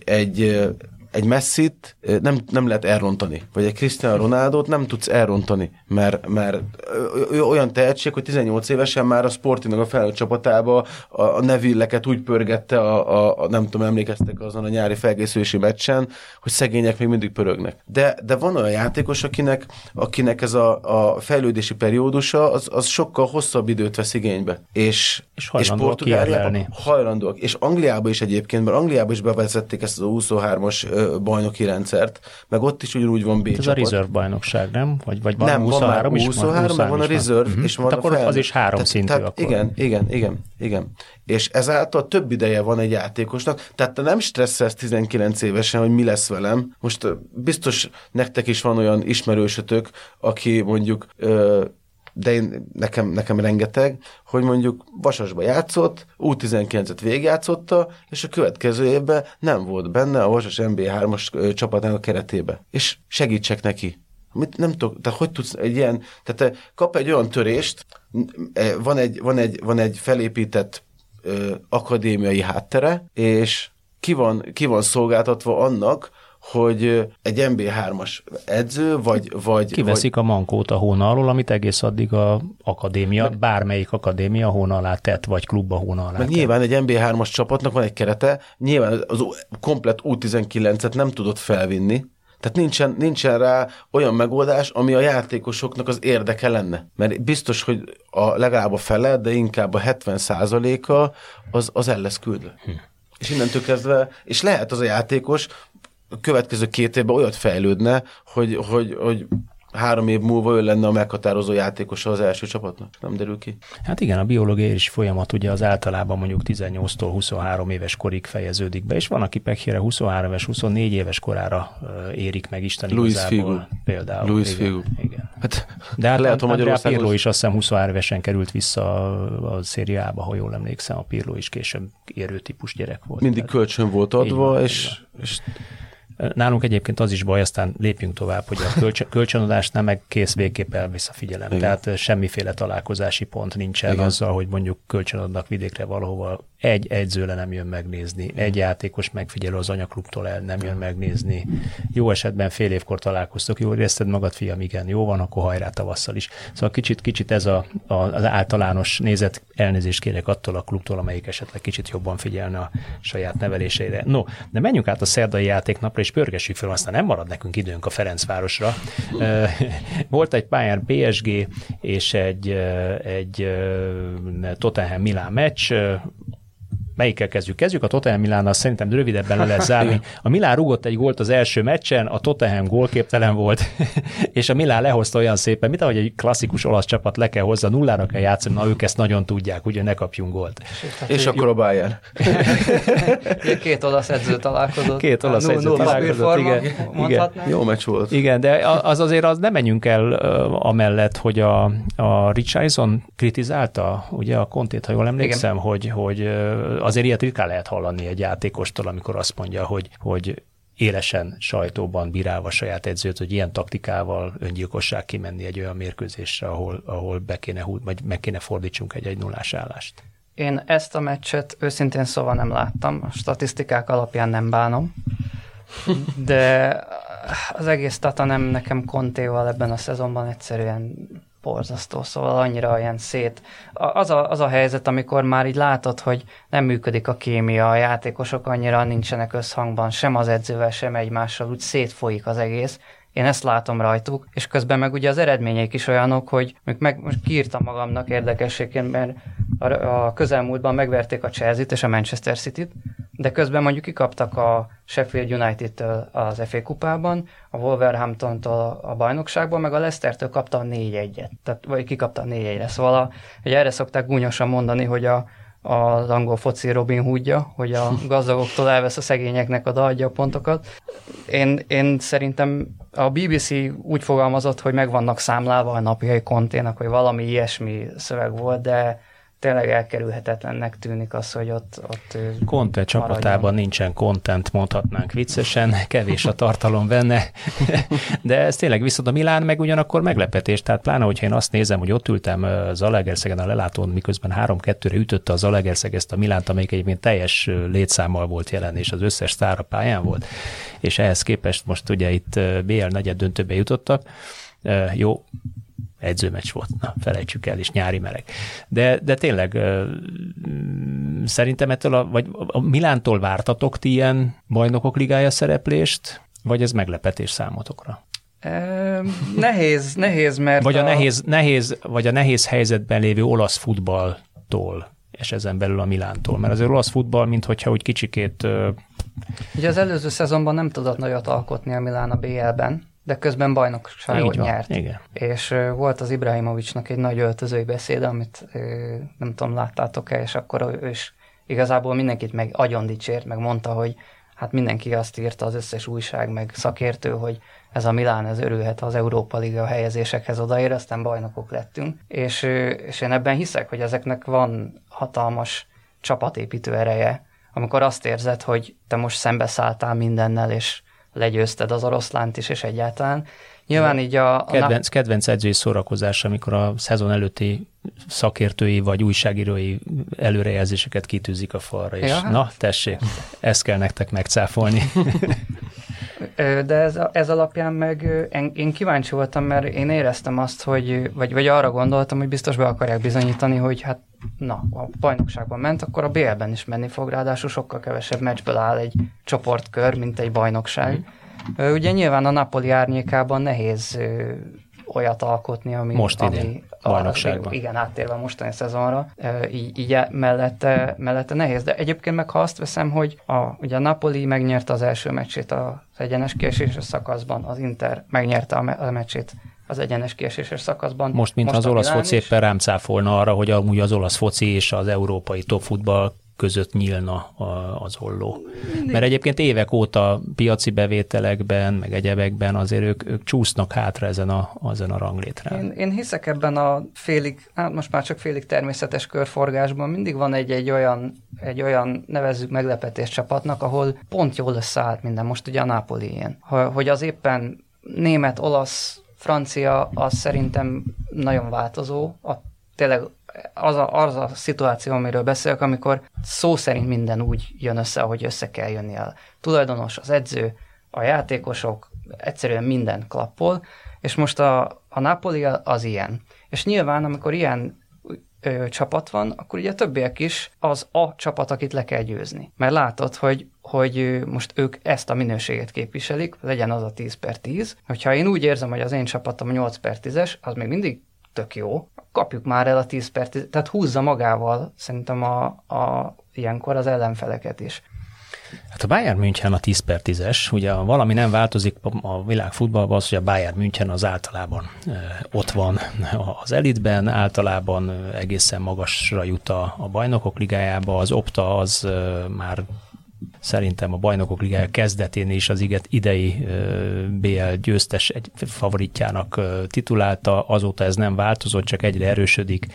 egy Messit nem lehet elrontani, vagy egy Cristiano Ronaldót nem tudsz elrontani, mert olyan tehetség, hogy 18 évesen már a Sportingnak a felnőtt csapatába a Neville-eket úgy pörgette, nem tudom, emlékeztek azon a nyári felkészülési meccsen, hogy szegények még mindig pörögnek. De van olyan játékos, akinek ez a fejlődési periódusa, az sokkal hosszabb időt vesz igénybe. És Portugáliában hajlandóak. És Angliában is egyébként, mert Angliában is bevezették ezt az 23-as bajnoki rendszert, meg ott is ugyanúgy van B csapat. Ez a reserve bajnokság, nem? Vagy van nem, 23 is? 23, meg van a reserve, és van akkor az is 3 szintű akkor. Igen. És ezáltal több ideje van egy játékosnak, tehát te nem stresszelsz 19 évesen, hogy mi lesz velem. Most biztos nektek is van olyan ismerősötök, aki mondjuk de nekem rengeteg, hogy mondjuk Vasasba játszott, U19-et végigjátszotta, és a következő évben nem volt benne a Vasas MB3-as csapatának a keretébe. És segítsek neki. Nem tudok, tehát hogy tudsz egy ilyen, tehát kap egy olyan törést, van egy felépített akadémiai háttere, és ki van szolgáltatva annak, hogy egy MB3-as edző, vagy... Kiveszik a mankót a hóna alól, amit egész addig a akadémia, bármelyik akadémia hóna alá tett, vagy klubba hóna alá tett. Nyilván egy MB3-as csapatnak van egy kerete, nyilván az komplet U19-et nem tudott felvinni, tehát nincsen rá olyan megoldás, ami a játékosoknak az érdeke lenne. Mert biztos, hogy legalább a fele, de inkább a 70%-a az el lesz küldve. És innentől kezdve, és lehet az a játékos a következő 2 évben olyat fejlődne, hogy 3 év múlva ő lenne a meghatározó játékosa az első csapatnak. Nem derül ki. Hát igen, a biológiai is folyamat ugye az általában mondjuk 18-tól 23 éves korig fejeződik be, és van, aki pekjére 23 éves, 24 éves korára érik meg Isten igazából. Például. Luis Figo. Igen. Hát, de hát lehet, Andrea Pirlo is azt hiszem 23 évesen került vissza a szériába, ha jól emlékszem, a Pirlo is később érő típus gyerek volt. Mindig kölcsön volt adva, van, és nálunk egyébként az is baj, aztán lépjünk tovább, hogy a kölcsönadásnál meg kész végképp elvisz a figyelem. Igen. Tehát semmiféle találkozási pont nincsen. Igen. Azzal, hogy mondjuk kölcsönadnak vidékre valahova, egy edző nem jön megnézni, egy játékos megfigyelő az anyaklubtól nem jön megnézni. Jó esetben fél évkor találkoztok, jól érezted magad, fiam, igen, jó van, akkor hajrá tavasszal is. Szóval kicsit ez az általános nézet, elnézést kérek attól a klubtól, amelyik esetleg kicsit jobban figyelne a saját neveléseire. No, de menjünk át a szerdai játéknapra, és pörgessük fel, aztán nem marad nekünk időnk a Ferencvárosra. Volt egy pályán PSG és egy Tottenham Milán meccs, melyikkel kezdjük? Kezdjük a Tottenham Milánnal, szerintem rövidebben le lehet zárni. A Milán rúgott egy gólt az első meccsen, a Tottenham gólképtelen volt, és a Milán lehozta olyan szépen, mint ahogy egy klasszikus olasz csapat le kell hozzá, nullára kell játszani, na ők ezt nagyon tudják, ugye ne kapjunk gólt. És akkor a Bayern. Két olasz edző találkozott. Két olasz edző találkozott, igen. Jó meccs volt. Igen, de az azért nem menjünk el amellett, hogy a Richarlison kritizálta, ugye a Contét, ha jól emlékszem, hogy azért ilyet ritkán lehet hallani egy játékostól, amikor azt mondja, hogy élesen sajtóban bírálva saját edzőt, hogy ilyen taktikával öngyilkosság kimenni egy olyan mérkőzésre, ahol meg kéne fordítsunk egy 1-0-ás állást. Én ezt a meccset őszintén szóval nem láttam, a statisztikák alapján nem bánom, de az egész Tata nem nekem Contéval ebben a szezonban egyszerűen borzasztó, szóval annyira ilyen szét. Az a helyzet, amikor már így látod, hogy nem működik a kémia, a játékosok annyira nincsenek összhangban, sem az edzővel, sem egymással, úgy szétfolyik az egész. Én ezt látom rajtuk, és közben meg ugye az eredményeik is olyanok, hogy most kiírtam magamnak érdekességként, mert a közelmúltban megverték a Chelsea-t és a Manchester City-t, de közben mondjuk kikaptak a Sheffield United-től az FA kupában, a Wolverhamptontól a bajnokságban, meg a Leicester-től kapta a 4-1-et, vagy kikapta a 4-1-re. Szóval ugye erre szokták gúnyosan mondani, hogy az angol foci Robin Hoodja, hogy a gazdagoktól elvesz a szegényeknek, adja a pontokat. Én szerintem a BBC úgy fogalmazott, hogy meg vannak számlálva a napjai Conténak, hogy valami ilyesmi szöveg volt, de tényleg elkerülhetetlennek tűnik az, hogy ott Conte csapatában nincsen content, mondhatnánk viccesen, kevés a tartalom benne, de ez tényleg viszont a Milán meg ugyanakkor meglepetés, tehát pláne, hogyha én azt nézem, hogy ott ültem Zalaegerszegen a lelátón, miközben 3-2-re ütötte a Zalaegerszeg ezt a Milánt, amelyik egyébként teljes létszámmal volt jelen, és az összes sztár a pályán volt, és ehhez képest most ugye itt BL negyed döntőbe jutottak. Jó, edzőmeccs volt, na, felejtsük el, és nyári meleg. De tényleg szerintem ettől a Milántól vártatok ti ilyen bajnokok ligája szereplést, vagy ez meglepetés számotokra? Nehéz, mert vagy a nehéz helyzetben lévő olasz futballtól, és ezen belül a Milántól, mert azért olasz futball, minthogyha úgy kicsikét... Ugye az előző szezonban nem tudott nagyot alkotni a Milán a BL-ben, de közben bajnokságot nyert. Igen. És volt az Ibrahimovicsnak egy nagy öltözői beszéde, amit nem tudom, láttátok-e, és akkor ő is igazából mindenkit meg agyon dicsért, meg mondta, hogy hát mindenki azt írta, az összes újság, meg szakértő, hogy ez a Milán, ez örülhet az Európa Liga helyezésekhez odaér, aztán bajnokok lettünk. És én ebben hiszek, hogy ezeknek van hatalmas csapatépítő ereje, amikor azt érzed, hogy te most szembeszálltál mindennel, és legyőzted az oroszlánt is, és egyáltalán. Nyilván így kedvenc edzői szórakozás, amikor a szezon előtti szakértői vagy újságírói előrejelzéseket kitűzik a falra, és na, tessék, ezt kell nektek megcáfolni. De ez alapján meg én kíváncsi voltam, mert én éreztem azt, hogy, vagy arra gondoltam, hogy biztos be akarják bizonyítani, hogy hát na, a bajnokságban ment, akkor a BL-ben is menni fog, ráadásul sokkal kevesebb meccsből áll egy csoportkör, mint egy bajnokság. Ugye nyilván a Napoli árnyékában nehéz olyat alkotni, ami... Most idén, bajnokságban. Igen, áttérve a mostani szezonra, így mellette nehéz. De egyébként meg ha azt veszem, hogy ugye a Napoli megnyerte az első meccsét az egyenes kieséses szakaszban, az Inter megnyerte a meccsét az egyenes kieséses szakaszban. Most az olasz foci éppen rám cáfolna arra, hogy amúgy az olasz foci és az európai top futball között nyílna az olló. Mert egyébként évek óta piaci bevételekben, meg egyebekben azért ők csúsznak hátra ezen a ranglétrán. Én hiszek ebben a most már csak félig természetes körforgásban. Mindig van egy olyan nevezzük meglepetés csapatnak, ahol pont jól összeállt minden. Most ugye a Napoli ilyen. Hogy az éppen német, olasz, francia, az szerintem nagyon változó. Tényleg az a szituáció, amiről beszélek, amikor szó szerint minden úgy jön össze, ahogy össze kell jönni a tulajdonos, az edző, a játékosok, egyszerűen minden klappol, és most a Napoli az ilyen. És nyilván, amikor ilyen csapat van, akkor ugye a többiek is az a csapat, akit le kell győzni. Mert látod, hogy most ők ezt a minőséget képviselik, legyen az a 10/10. Hogyha én úgy érzem, hogy az én csapatom 8/10-es, az még mindig tök jó, kapjuk már el a 10/10, tehát húzza magával szerintem ilyenkor az ellenfeleket is. Hát a Bayern München a 10/10-es, ugye valami nem változik a világ futballban, az, hogy a Bayern München az általában ott van az elitben, általában egészen magasra jut a Bajnokok Ligájába, az Opta az már szerintem a Bajnokok Ligája kezdetén is az idei BL győztes egy favoritjának titulálta, azóta ez nem változott, csak egyre erősödik.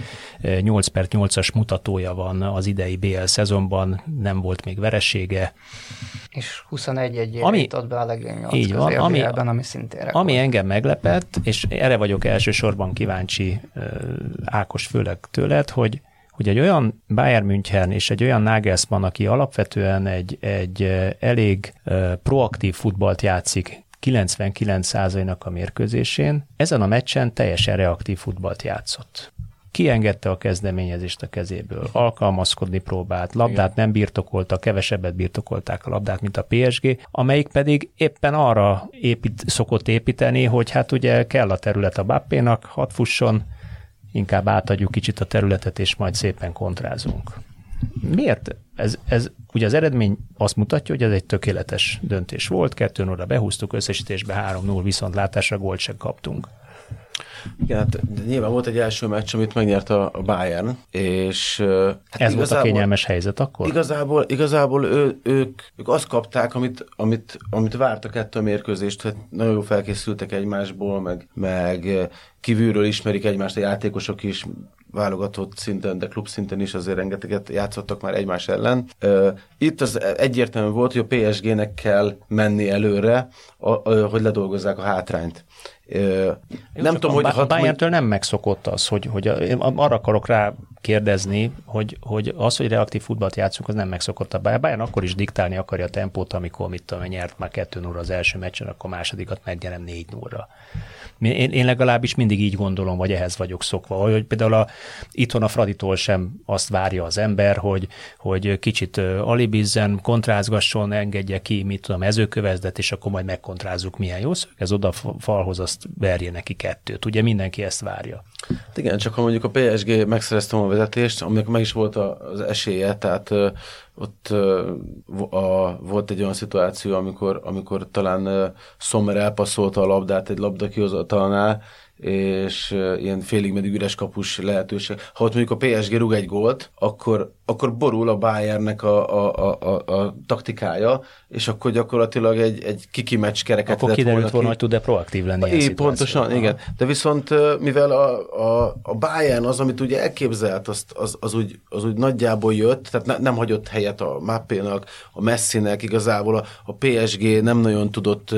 8/8-as mutatója van az idei BL szezonban, nem volt még veresége. És 21-1-ért jutott be a legjobb 8 ami szintén rekord. Ami engem meglepett, és erre vagyok elsősorban kíváncsi, Ákos, főleg tőled, hogy egy olyan Bayern München és egy olyan Nagelsmann, aki alapvetően egy elég proaktív futballt játszik 99%-nak a mérkőzésén, ezen a meccsen teljesen reaktív futballt játszott. Kiengedte a kezdeményezést a kezéből, alkalmazkodni próbált, labdát nem birtokolta, kevesebbet birtokolták a labdát, mint a PSG, amelyik pedig éppen arra szokott építeni, hogy hát ugye kell a terület a Mbappénak, hadd fusson, inkább átadjuk kicsit a területet, és majd szépen kontrázunk. Miért? Ez ugye az eredmény azt mutatja, hogy ez egy tökéletes döntés volt, 2-0-ra behúztuk, összesítésbe 3-0, viszontlátásra gólt sem kaptunk. Igen, hát nyilván volt egy első meccs, amit megnyert a Bayern, és... Hát ez volt a kényelmes helyzet akkor? Igazából ők azt kapták, amit vártak ettől a mérkőzést, hát nagyon jól felkészültek egymásból, meg kívülről ismerik egymást a játékosok is, válogatott szinten, de klub szinten is azért rengeteget játszottak már egymás ellen. Itt az egyértelmű volt, hogy a PSG-nek kell menni előre, hogy ledolgozzák a hátrányt. Nem tudom, hogy a Bayerntől nem megszokott az, hogy én arra akarok rá kérdezni, hogy az, hogy reaktív futballt játszunk, az nem megszokott a Bayern akkor is diktálni akarja a tempót, amikor nyert már 2-0 az első meccsen, akkor másodikat megnyerem 4-0-ra. Én legalábbis mindig így gondolom, vagy ehhez vagyok szokva, hogy például itthon a Fraditól sem azt várja az ember, hogy kicsit alibizzen, kontrázgasson, engedje ki, mit tudom, mezőkövezdet, és akkor majd megkontrázzuk, milyen jó szög, ez oda falhoz, azt verje neki 2. Ugye mindenki ezt várja. Igen, csak ha mondjuk a PSG megszerezte a vezetést, aminek meg is volt az esélye, tehát ott volt egy olyan szituáció, amikor talán Sommer elpasszolta a labdát egy labda kihozatalnál, és ilyen félig meddig üres kapus lehetőség. Ha ott mondjuk a PSG rúg egy gólt, akkor borul a Bayernnek a taktikája, és akkor gyakorlatilag egy kiki meccs kereket. Akkor kiderült volna, hogy tud-e proaktív lenni ilyen szituációban. Pontosan, igen. De viszont mivel a Bayern az, amit ugye elképzelt, az úgy nagyjából jött, tehát nem hagyott helyet a Mbappénak, a Messinek, igazából a PSG nem nagyon tudott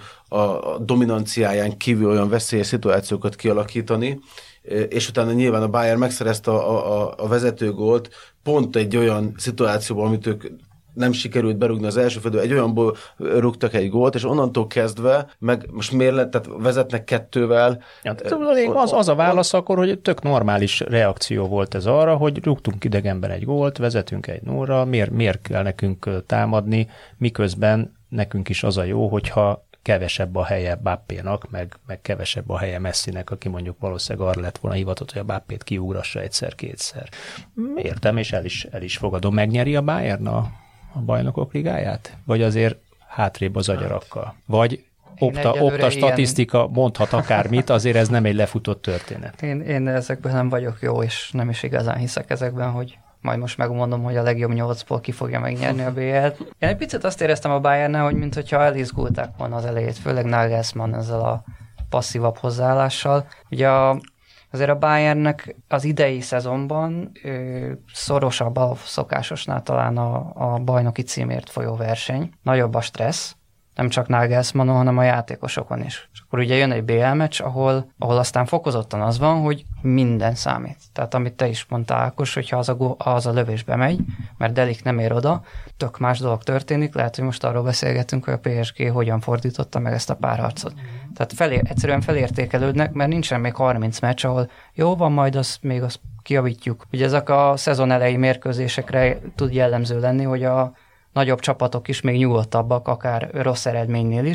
a dominanciáján kívül olyan veszélyes szituációkat kialakítani, és utána nyilván a Bayern megszerezte a vezetőgólt pont egy olyan szituációban, amit ők nem sikerült berúgni az első fedő, egy olyanból rúgtak egy gólt, és onnantól kezdve, meg most miért lett, tehát vezetnek 2-vel. Ja, az a válasz akkor, hogy tök normális reakció volt ez arra, hogy rúgtunk idegenben egy gólt, vezetünk 1-0-ra, miért kell nekünk támadni, miközben nekünk is az a jó, hogyha kevesebb a helye Mbappénak, meg kevesebb a helye Messinek, aki mondjuk valószínűleg arra lett volna hivatott, hogy a Mbappét kiugrassa egyszer-kétszer. Értem, és el is fogadom. Megnyeri a Bayern a Bajnokok Ligáját? Vagy azért hátrébb az agyarakkal? Vagy opta statisztika mondhat akármit, azért ez nem egy lefutott történet. Én ezekben nem vagyok jó, és nem is igazán hiszek ezekben, hogy majd most megmondom, hogy a legjobb 8-ból ki fogja megnyerni a BL-t. Én egy picit azt éreztem a Bayernnel, hogy mintha elizgulták volna az elejét, főleg Nagelsmann ezzel a passzívabb hozzáállással. Ugye azért a Bayernnek az idei szezonban szorosabb a szokásosnál talán a bajnoki címért folyó verseny. Nagyobb a stressz, nem csak Nagelsmannon, hanem a játékosokon is. És akkor ugye jön egy BL meccs, ahol aztán fokozottan az van, hogy minden számít. Tehát amit te is mondtál, Ákos, hogyha az a lövés bemegy, mert Delik nem ér oda, tök más dolog történik, lehet, hogy most arról beszélgetünk, hogy a PSG hogyan fordította meg ezt a párharcot. Tehát egyszerűen felértékelődnek, mert nincsen még 30 meccs, ahol jó van, majd azt kijavítjuk. Ugye ezek a szezon elejé mérkőzésekre tud jellemző lenni, hogy a nagyobb csapatok is még nyugodtabbak, akár rossz eredménynél is,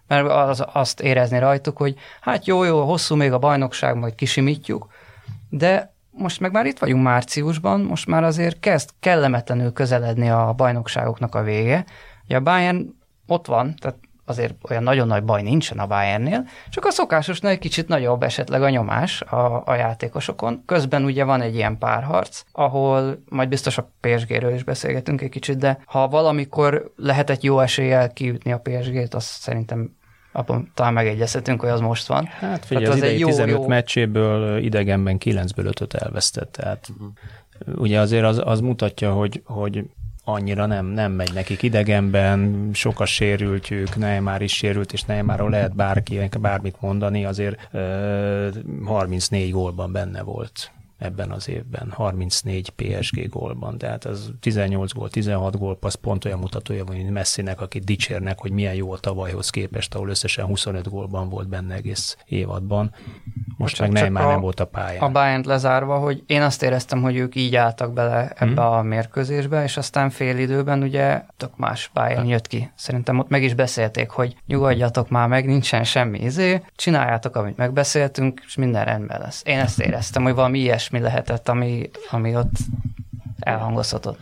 mert azt érezni rajtuk, hogy hát jó, hosszú még a bajnokság, majd kisimítjuk, de most meg már itt vagyunk márciusban, most már azért kezd kellemetlenül közeledni a bajnokságoknak a vége. Ugye a Bayern ott van, tehát azért olyan nagyon nagy baj nincsen a Bayernnél, csak a szokásosnál egy kicsit nagyobb esetleg a nyomás a játékosokon. Közben ugye van egy ilyen párharc, ahol majd biztos a PSG-ről is beszélgetünk egy kicsit, de ha valamikor lehetett jó eséllyel kiütni a PSG-t, azt szerintem abban talán megegyezhetünk, hogy az most van. Hát figyelj, az idei 15 meccséből idegenben 9-ből 5-öt elvesztett, tehát ugye azért az mutatja, hogy annyira nem megy nekik idegenben, sok a sérültjük, Neymar is sérült, és Neymarról lehet bármit mondani, azért 34 gólban benne volt ebben az évben, 34 PSG gólban, tehát az 18 gól, 16 gólpassz pont olyan mutatója van, mint Messinek, akit dicsérnek, hogy milyen jó a tavalyhoz képest, ahol összesen 25 gólban volt benne egész évadban. Most meg Neymar nem volt a pályán. A Bayernt lezárva, hogy én azt éreztem, hogy ők így álltak bele ebbe a mérkőzésbe, és aztán fél időben ugye tök más Bayern jött ki. Szerintem ott meg is beszélték, hogy nyugodjatok már meg, nincsen semmi csináljátok, amit megbeszéltünk, és minden rendben lesz. Én ezt éreztem, hogy valami ilyesmi lehetett, ami ott elhangozhatott.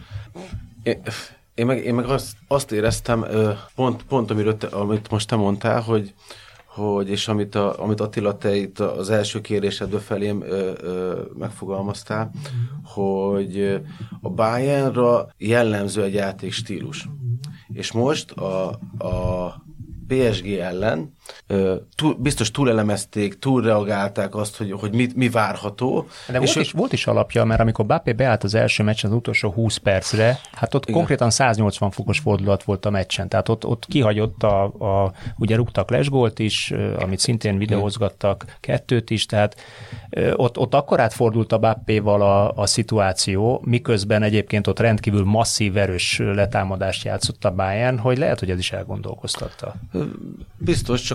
Én meg azt éreztem, pont amit most te mondtál, hogy és amit Attila, te itt az első kérésedből felém megfogalmaztál, hogy a Bayernra jellemző egy játékstílus. És most a PSG ellen biztos túlelemezték, túlreagálták azt, hogy mi várható. De volt is alapja, mert amikor Mbappé beállt az első meccsen az utolsó 20 percre, hát ott konkrétan 180 fokos fordulat volt a meccsen, tehát ott kihagyott ugye rúgtak lesgólt is, amit szintén videózgattak, 2 is, tehát ott akkor átfordult a Mbappéval a szituáció, miközben egyébként ott rendkívül masszív, erős letámadást játszott a Bayern, hogy lehet, hogy ez is elgondolkoztatta. Biztos, csak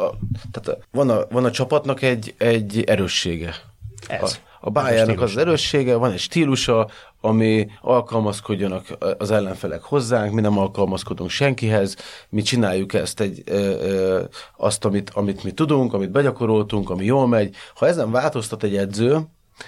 van a csapatnak egy erőssége. A Bayernnek az erőssége, van egy stílusa, ami alkalmazkodjanak az ellenfelek hozzánk, mi nem alkalmazkodunk senkihez, mi csináljuk ezt azt, amit mi tudunk, amit begyakoroltunk, ami jól megy. Ha ezen változtat egy edző,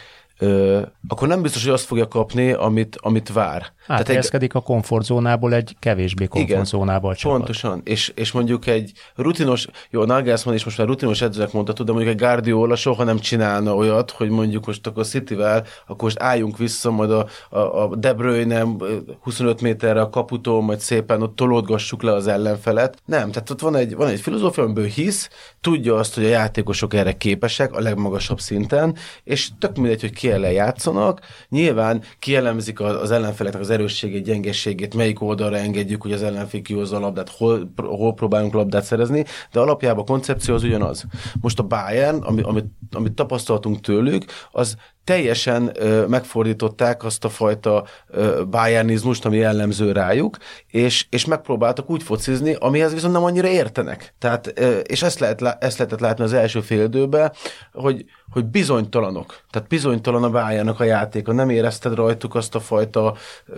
akkor nem biztos, hogy azt fogja kapni, amit vár. Áthelyezkedik a komfortzónából egy kevésbé komfortzónába a csapat. Pontosan. És mondjuk egy rutinos, jó, Nagelsmann is most már rutinos edzőnek mondhatod, de mondjuk egy Guardiola soha nem csinálna olyat, hogy mondjuk most akkor Cityvel, akkor most álljunk vissza, majd a De Bruyne 25 méterre a kaputól, majd szépen ott tolódgassuk le az ellenfelet. Nem, tehát ott van egy filozófia, amiből hisz, tudja azt, hogy a játékosok erre képesek a legmagasabb szinten, és tök mindegy, hogy ki ellen játszanak. Nyilván kielemzik az ellenfeleknek az erősségét, gyengességét, melyik oldalra engedjük, hogy az ellenfél kihozza a labdát, hol próbálunk labdát szerezni, de alapjában a koncepció az ugyanaz. Most a Bayern, amit tapasztaltunk tőlük, az teljesen megfordították azt a fajta bayernizmust, ami jellemző rájuk, és megpróbáltak úgy focizni, amihez viszont nem annyira értenek. Tehát, és ezt lehetett látni az első fél időben, hogy bizonytalanok. Tehát bizonytalan a Bayernnek a játéka. Nem érezted rajtuk azt a fajta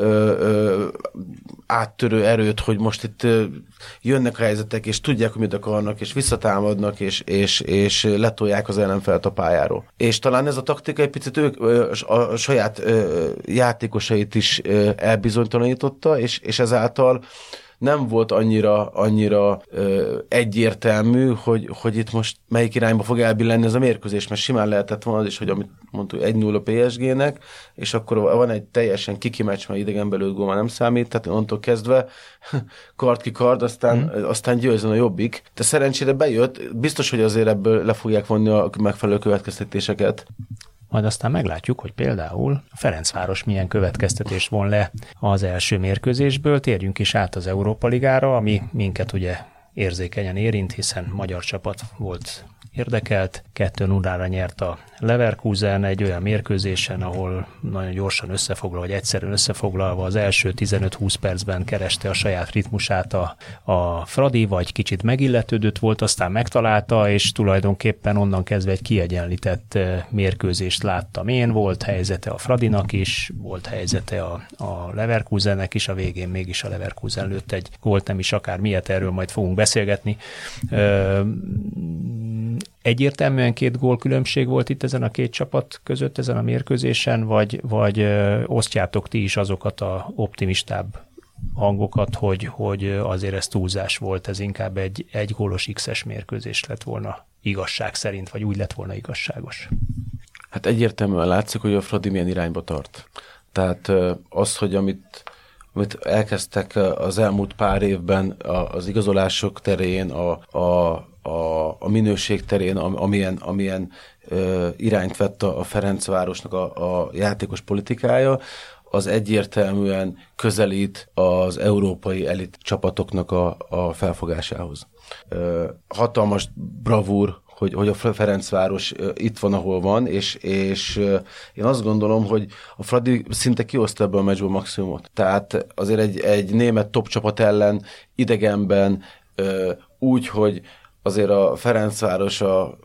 áttörő erőt, hogy most itt jönnek a helyzetek, és tudják, hogy mit akarnak, és visszatámadnak, és letolják az ellenfelt a pályáról. És talán ez a taktika egy picit a saját játékosait is elbizonytalanította, és ezáltal nem volt annyira egyértelmű, hogy itt most melyik irányba fog elbillenni ez a mérkőzés, mert simán lehetett volna az is, hogy amit mondtuk 1-0 a PSG-nek, és akkor van egy teljesen kiki meccs, mert idegen belőtt gól már nem számít, tehát onnantól kezdve kard ki kard, aztán győzön a jobbik. De szerencsére bejött, biztos, hogy azért ebből le fogják vonni a megfelelő következtetéseket. Majd aztán meglátjuk, hogy például a Ferencváros milyen következtetés von le az első mérkőzésből. Térjünk is át az Európa Ligára, ami minket ugye érzékenyen érint, hiszen magyar csapat volt érdekelt. 2-0-ra nyert a Leverkusen egy olyan mérkőzésen, ahol nagyon gyorsan vagy egyszerűen összefoglalva az első 15-20 percben kereste a saját ritmusát a Fradi, vagy kicsit megilletődött volt, aztán megtalálta, és tulajdonképpen onnan kezdve egy kiegyenlített mérkőzést láttam én. Volt helyzete a Fradinak is, volt helyzete a Leverkusennek is, a végén mégis a Leverkusen lőtt egy gólt, nem is akár miért, erről majd fogunk beszélni. beszélgetni. Egyértelműen 2 gól különbség volt itt ezen a 2 csapat között, ezen a mérkőzésen, vagy osztjátok ti is azokat a optimistább hangokat, hogy azért ez túlzás volt, ez inkább egy gólos X-es mérkőzés lett volna igazság szerint, vagy úgy lett volna igazságos? Hát egyértelműen látszik, hogy a Fradi milyen irányba tart. Tehát az, hogy amit elkezdtek az elmúlt pár évben az igazolások terén, a minőség terén, amilyen irányt vett a Ferencvárosnak a játékos politikája, az egyértelműen közelít az európai elit csapatoknak a felfogásához. Hatalmas bravúr, hogy a Ferencváros itt van, ahol van, és én azt gondolom, hogy a Fradi szinte kihozta ebből a meccsből maximumot. Tehát azért egy német top csapat ellen idegenben úgy, hogy azért a Ferencváros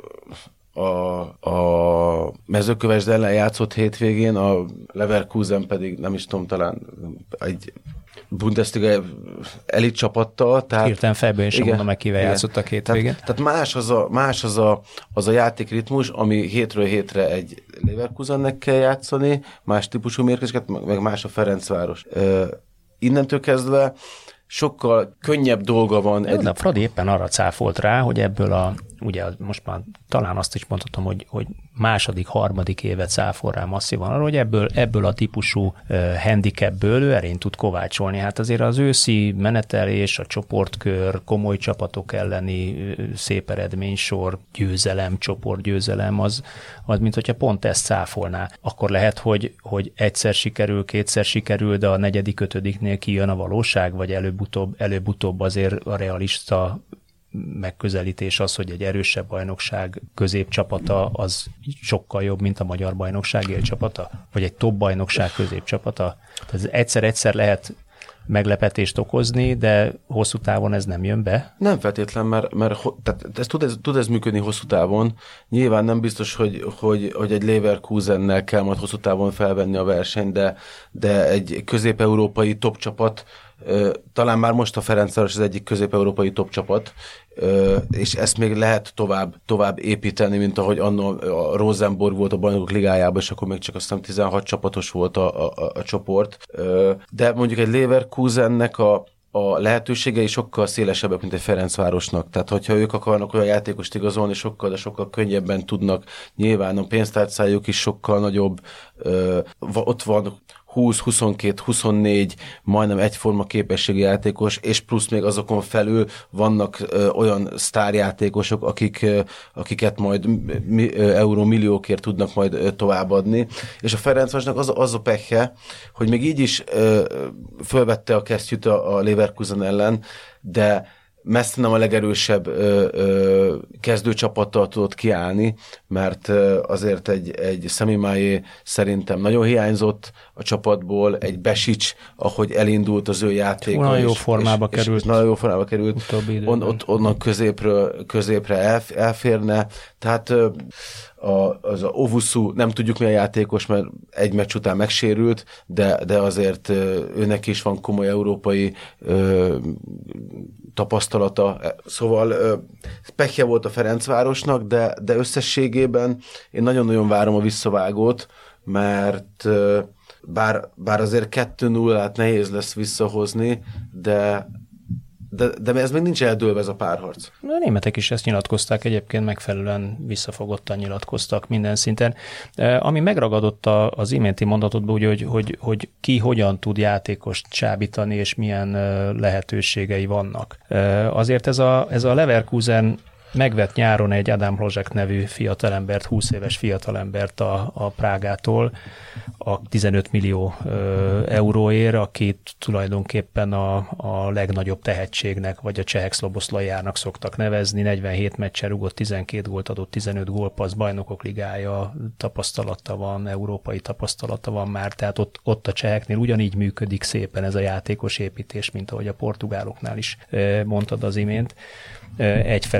a Mezőkövesd ellen játszott hétvégén, a Leverkusen pedig nem is tudom, talán egy Bundesliga elit csapattal. Hirtelen fejből sem mondom meg, kivel játszottak hétvégén. Tehát más az a játékritmus, ami hétről hétre egy Leverkusennek kell játszani, más típusú mérkőzéseket, meg más a Ferencváros. Innentől kezdve sokkal könnyebb dolga van. De a Fradi éppen arra cáfolt rá, hogy ebből ugye most már talán azt is mondhatom, hogy második, harmadik évet cáfol rá masszívan arra, hogy ebből a típusú handicapből ő erényt tud kovácsolni. Hát azért az őszi menetelés, a csoportkör, komoly csapatok elleni szép eredménysor, győzelem, csoportgyőzelem, az mint hogyha pont ezt cáfolná. Akkor lehet, hogy egyszer sikerül, kétszer sikerül, de a negyedik, ötödiknél kijön a valóság, vagy előbb-utóbb azért a realista megközelítés az, hogy egy erősebb bajnokság középcsapata az sokkal jobb, mint a magyar bajnokság élcsapata? Vagy egy top bajnokság középcsapata? Tehát egyszer lehet meglepetést okozni, de hosszú távon ez nem jön be? Nem feltétlen, mert tehát tud ez működni hosszú távon. Nyilván nem biztos, hogy egy Leverkusennel kell majd hosszú távon felvenni a versenyt, de egy közép-európai top csapat, talán már most a Ferencváros az egyik közép-európai top csapat, és ezt még lehet tovább építeni, mint ahogy annó a Rosenborg volt a Bajnokok Ligájában, és akkor még csak aztán 16 csapatos volt a csoport. De mondjuk egy Leverkusennek a lehetőségei sokkal szélesebbek, mint egy Ferencvárosnak. Tehát, hogyha ők akarnak olyan játékost igazolni, sokkal könnyebben tudnak. Nyilván a pénztárcájuk is sokkal nagyobb. Ott van 20, 22, 24 majdnem egyforma képességi játékos, és plusz még azokon felül vannak olyan sztárjátékosok, akiket majd eurómilliókért tudnak majd továbbadni. És a Ferencvárosnak az a pekje, hogy még így is fölvette a kesztyűt a Leverkusen ellen, de messze nem a legerősebb kezdőcsapattal tudott kiállni, mert azért egy Semimájé szerintem nagyon hiányzott a csapatból, egy Besics, ahogy elindult az ő játéka. Nagyon jó formába került. Nagyon jó formába került. Onnan középre elférne. Tehát az a Ovusu, nem tudjuk mi a játékos, mert egy meccs után megsérült, de azért őnek is van komoly európai tapasztalata. Szóval pekje volt a Ferencvárosnak, de összességében én nagyon-nagyon várom a visszavágót, mert bár azért 2-0-át nehéz lesz visszahozni, de ez még nincs eldőlve, ez a párharc. A németek is ezt nyilatkozták, egyébként megfelelően visszafogottan nyilatkoztak minden szinten. Ami megragadott az iménti mondatodban, hogy ki hogyan tud játékost csábítani, és milyen lehetőségei vannak. Azért ez a Leverkusen megvett nyáron egy Adam Hložek nevű fiatalembert, 20 éves fiatalembert a Prágától a 15 millió euróért, akit tulajdonképpen a legnagyobb tehetségnek, vagy a csehek Szloboszlajának szoktak nevezni. 47 meccsen rúgott, 12 gólt adott, 15 gólpassz, Bajnokok Ligája tapasztalata van, európai tapasztalata van már, tehát ott a cseheknél ugyanígy működik szépen ez a játékos építés, mint ahogy a portugáloknál is mondtad az imént. Egyfelől. Ugye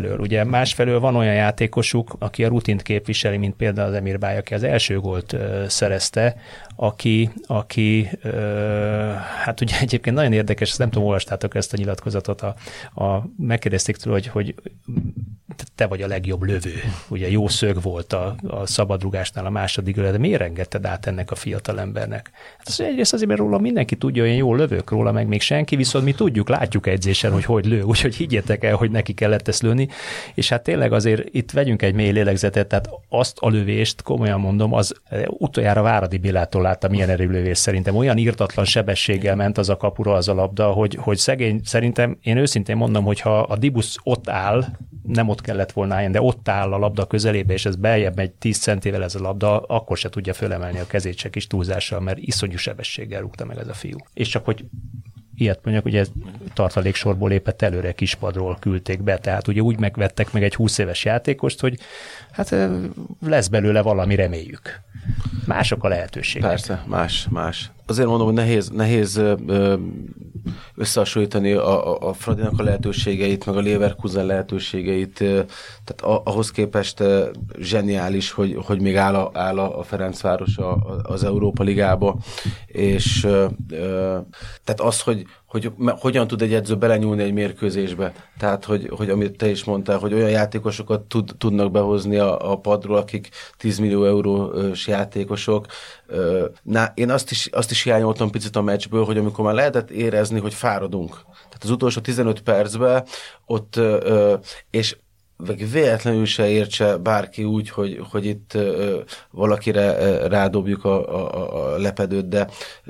másfelől van olyan játékosuk, aki a rutint képviseli, mint például az Emir Bály, aki az első gólt szerezte, aki hát ugye egyébként nagyon érdekes, ezt nem tudom, olvastátok ezt a nyilatkozatot, megkérdezték tőle, hogy te vagy a legjobb lövő. Ugye jó szög volt a szabadrugásnál a második de miért engedted át ennek a fiatalembernek? Hát az egyrészt azért, mert róla mindenki tudja, hogy jó lövők, róla meg még senki, viszont mi tudjuk, látjuk edzésen, hogy lő, úgyhogy higgyetek el, hogy neki kellett ezt lőni, és hát tényleg azért itt vegyünk egy mély lélegzetet, tehát azt a lövést, komolyan mondom, az utoljára Váradi Bélától láttam ilyen erőlövés szerintem. Olyan írtatlan sebességgel ment az a kapura az a labda, hogy szegény, szerintem én őszintén mondom, hogy ha a Dibusz ott áll, nem ott kellett volna állni, de ott áll a labda közelébe, és ez beljebb megy 10 centivel ez a labda, akkor se tudja fölemelni a kezét se kis túlzással, mert iszonyú sebességgel rúgta meg ez a fiú. És csak hogy ilyet mondjuk, ugye tartaléksorból lépett előre, kispadról küldték be, tehát ugye úgy megvettek meg egy 20 éves játékost, hogy hát lesz belőle valami, reméljük. Mások a lehetőségek. Persze, más. Azért mondom, hogy nehéz összehasonlítani a Fradinak a lehetőségeit, meg a Leverkusen lehetőségeit, tehát ahhoz képest zseniális, hogy még áll a Ferencváros az Európa Ligába, és tehát az, hogy hogyan tud egy edző belenyúlni egy mérkőzésbe, tehát hogy amit te is mondtál, hogy olyan játékosokat tudnak behozni a padról, akik 10 millió eurós játékosok. Én azt is hiányoltam picit a meccsből, hogy amikor már lehetett érezni, hogy fáradunk. Tehát az utolsó 15 percben ott, és véletlenül se értse bárki úgy, hogy itt valakire rádobjuk a lepedőt, de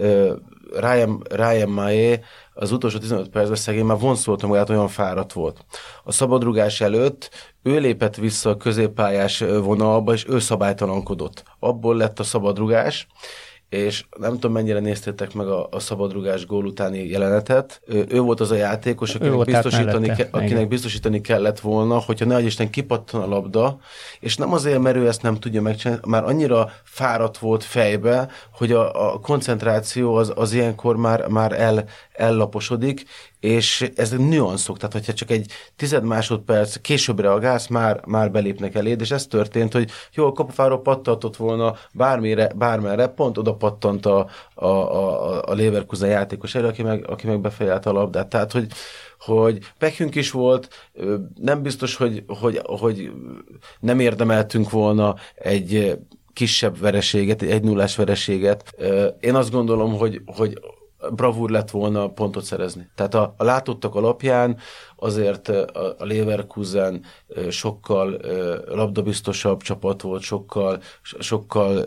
Ryan Maé az utolsó 15 percben szegény már vonszolta magát, olyan fáradt volt. A szabadrugás előtt ő lépett vissza a középpályás vonalba, és ő szabálytalankodott. Abból lett a szabadrugás, és nem tudom, mennyire néztétek meg a szabadrugás gól utáni jelenetet. Ő volt az a játékos, akinek biztosítani kellett volna, hogyha ne Isten kipattan a labda, és nem azért, mert ő ezt nem tudja megcsinálni, már annyira fáradt volt fejbe, hogy a koncentráció az ilyenkor már ellaposodik, és ez nüanszok, tehát hogyha csak egy 10 másodperc később reagálsz, már belépnek eléd, és ez történt, hogy jó, a kapufáról pattantott volna bármerre, pont oda pattant a Leverkusen játékos elő, aki meg befejelte a labdát. Tehát, hogy pekünk is volt, nem biztos, hogy nem érdemeltünk volna egy kisebb vereséget, egy 1-0-ás vereséget. Én azt gondolom, hogy bravúr lett volna pontot szerezni. Tehát a látottak alapján azért a Leverkusen sokkal labdabiztosabb csapat volt, sokkal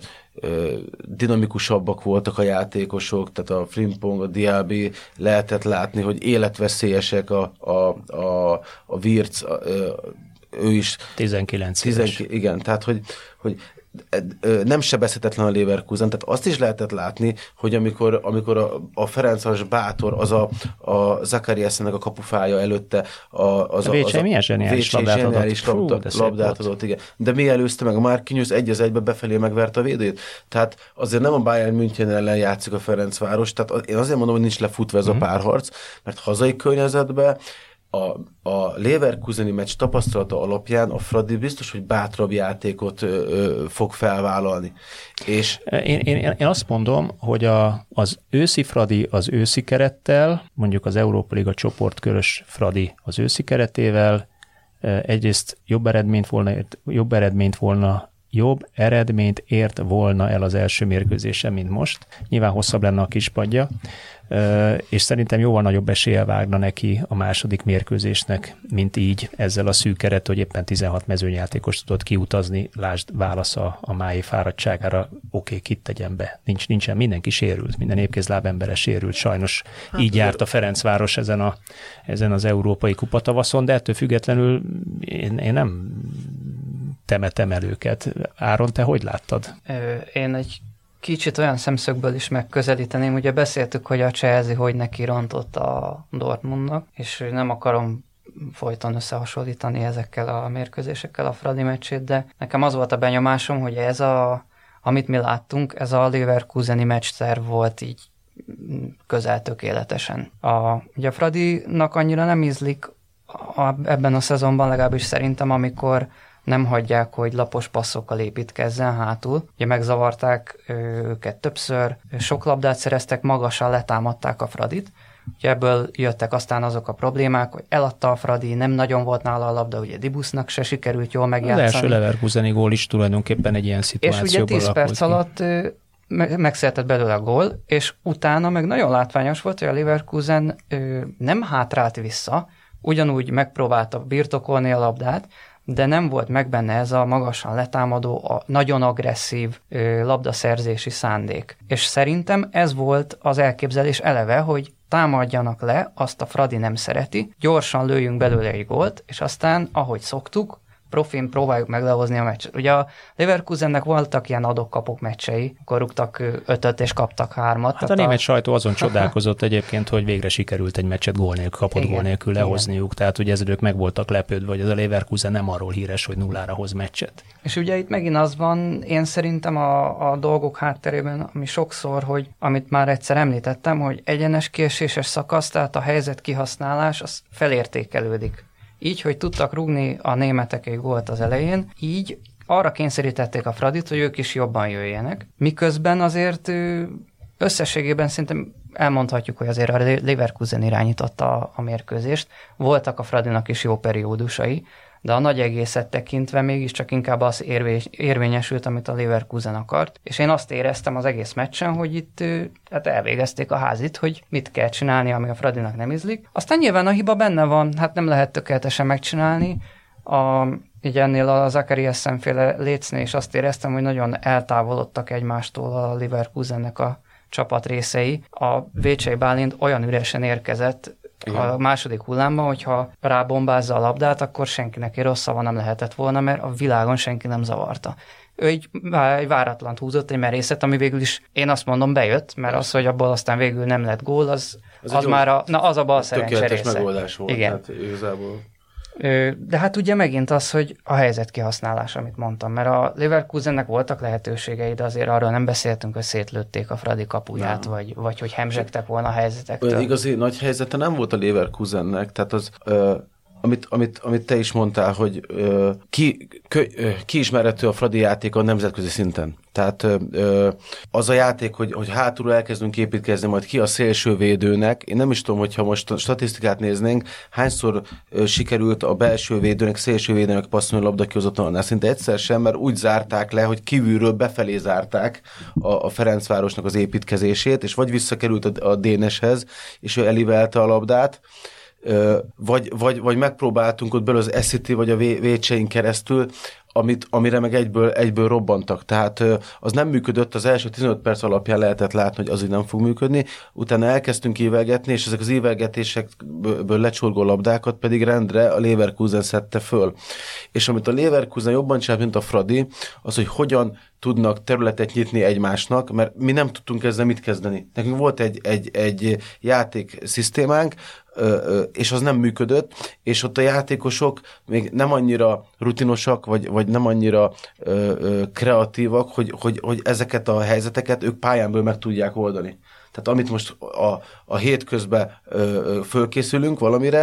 dinamikusabbak voltak a játékosok, tehát a Frimpong, a Diaby, lehetett látni, hogy életveszélyesek a Wirtz, ő is 19 éves. Igen, tehát hogy nem sebezhetetlen a Leverkusen, tehát azt is lehetett látni, hogy amikor a Ferencváros bátor, az a Zakariassennek a kapufája előtte a Vécsei milyen zseniális labdát adott, igen. De mi előzte meg? A Marquinhos 1-1-be befelé megverte a védőjét. Tehát azért nem a Bayern München ellen játszik a Ferencváros, tehát én azért mondom, hogy nincs lefutva ez a párharc, mert hazai környezetben a Leverkuseni meccs tapasztalata alapján a Fradi biztos, hogy bátrabb játékot fog felvállalni. És én azt mondom, hogy az őszi Fradi az őszi kerettel, mondjuk az Európa Liga csoportkörös Fradi az őszi keretével egyrészt jobb eredményt ért volna el az első mérkőzésen, mint most. Nyilván hosszabb lenne a kispadja, és szerintem jóval nagyobb eséllyel vágna neki a második mérkőzésnek, mint így ezzel a szűk keret, hogy éppen 16 mezőnyjátékos tudott kiutazni, lásd válasz a Máé fáradtságára, kit tegyen be. Nincsen, mindenki sérült, minden épkézlábembere sérült, sajnos így járt a Ferencváros ezen az európai kupatavaszon, de ettől függetlenül én nem temetem el őket. Áron, te hogy láttad? Én egy kicsit olyan szemszögből is megközelíteném, ugye beszéltük, hogy a Chelsea hogy neki rontott a Dortmundnak, és nem akarom folyton összehasonlítani ezekkel a mérkőzésekkel a Fradi meccsét, de nekem az volt a benyomásom, hogy amit mi láttunk, ez a Leverkuseni meccsszerv volt így közel tökéletesen. Ugye a Fradinak annyira nem ízlik ebben a szezonban legalábbis szerintem, amikor nem hagyják, hogy lapos passzokkal építkezzen hátul. Ugye megzavarták őket többször, sok labdát szereztek, magasan letámadták a Fradit. Ugye ebből jöttek aztán azok a problémák, hogy eladta a Fradi, nem nagyon volt nála a labda, ugye Dibusznak se sikerült jól megjátszani. Az első Leverkuseni gól is tulajdonképpen egy ilyen szituációban és ugye 10 perc alatt megszületett belőle a gól, és utána meg nagyon látványos volt, hogy a Leverkusen nem hátrált vissza, ugyanúgy megpróbálta birtokolni a labdát, de nem volt meg benne ez a magasan letámadó, a nagyon agresszív labdaszerzési szándék. És szerintem ez volt az elképzelés eleve, hogy támadjanak le, azt a Fradi nem szereti, gyorsan lőjünk belőle egy gólt, és aztán, ahogy szoktuk, profin próbáljuk meg lehozni a meccset. Ugye a Leverkusennek voltak ilyen adok-kapok meccsei, akkor rúgtak 5-öt és kaptak 3-at. Hát a német sajtó azon csodálkozott egyébként, hogy végre sikerült egy meccset kapott gól nélkül lehozniuk, tehát ugye ezek meg voltak lepődve, hogy az a Leverkusen nem arról híres, hogy 0-ra hoz meccset. És ugye itt megint az van, én szerintem a dolgok hátterében, ami sokszor, hogy amit már egyszer említettem, hogy egyenes kieséses szakasz, tehát a helyzet kihasználás, az felértékelődik. Így, hogy tudtak rúgni a németek egy gólt az elején, így arra kényszerítették a Fradit, hogy ők is jobban jöjjenek. Miközben azért összességében szerintem elmondhatjuk, hogy azért a Leverkusen irányította a mérkőzést. Voltak a Fradinak is jó periódusai, de a nagy egészet tekintve mégiscsak inkább az érvényesült, amit a Leverkusen akart. És én azt éreztem az egész meccsen, hogy itt hát elvégezték a házit, hogy mit kell csinálni, ami a Fradinak nem ízlik. Aztán nyilván a hiba benne van, hát nem lehet tökéletesen megcsinálni. Így ennél a Zachariasen-féle lécnél is azt éreztem, hogy nagyon eltávolodtak egymástól a Leverkusennek a csapat részei. A Vécsei Bálint olyan üresen érkezett, igen, a második hullámban, hogyha rábombázza a labdát, akkor senkinek egy rossz szava nem lehetett volna, mert a világon senki nem zavarta. Ő egy váratlant húzott, egy merészet, ami végül is, én azt mondom, bejött, mert az, hogy abból aztán végül nem lett gól, az már az a bal szerencse része. Tökéletes megoldás volt. Igen. Hát igazából. De hát ugye megint az, hogy a helyzet kihasználás, amit mondtam, mert a Leverkusennek voltak lehetőségei, de azért arról nem beszéltünk, hogy szétlőtték a Fradi kapuját, vagy hogy hemzsegtek volna a helyzetektől. Olyan igazi nagy helyzete nem volt a Leverkusennek, tehát az... Amit te is mondtál, hogy kiismerhető a Fradi játék a nemzetközi szinten. Tehát az a játék, hogy hátulról elkezdünk építkezni, majd ki a szélsővédőnek. Én nem is tudom, hogyha most statisztikát néznénk, hányszor sikerült a belső védőnek, szélsővédőnek passzolni a labda kihozatlanul. Szinte egyszer sem, mert úgy zárták le, hogy kívülről befelé zárták a Ferencvárosnak az építkezését, és vagy visszakerült a Déneshez, és ő elivelte a labdát, vagy megpróbáltunk ott belőle az Essity vagy a Vécsein keresztül, amire meg egyből robbantak. Tehát az nem működött, az első 15 perc alapján lehetett látni, hogy az így nem fog működni. Utána elkezdtünk ívelgetni, és ezek az ívelgetésekből lecsorgó labdákat pedig rendre a Leverkusen szedte föl. És amit a Leverkusen jobban csinált, mint a Fradi, az, hogy hogyan tudnak területet nyitni egymásnak, mert mi nem tudtunk ezzel mit kezdeni. Nekünk volt egy játékszisztémánk, és az nem működött, és ott a játékosok még nem annyira rutinosak, vagy nem annyira kreatívak, hogy ezeket a helyzeteket ők pályánból meg tudják oldani. Tehát amit most a hétközben fölkészülünk valamire,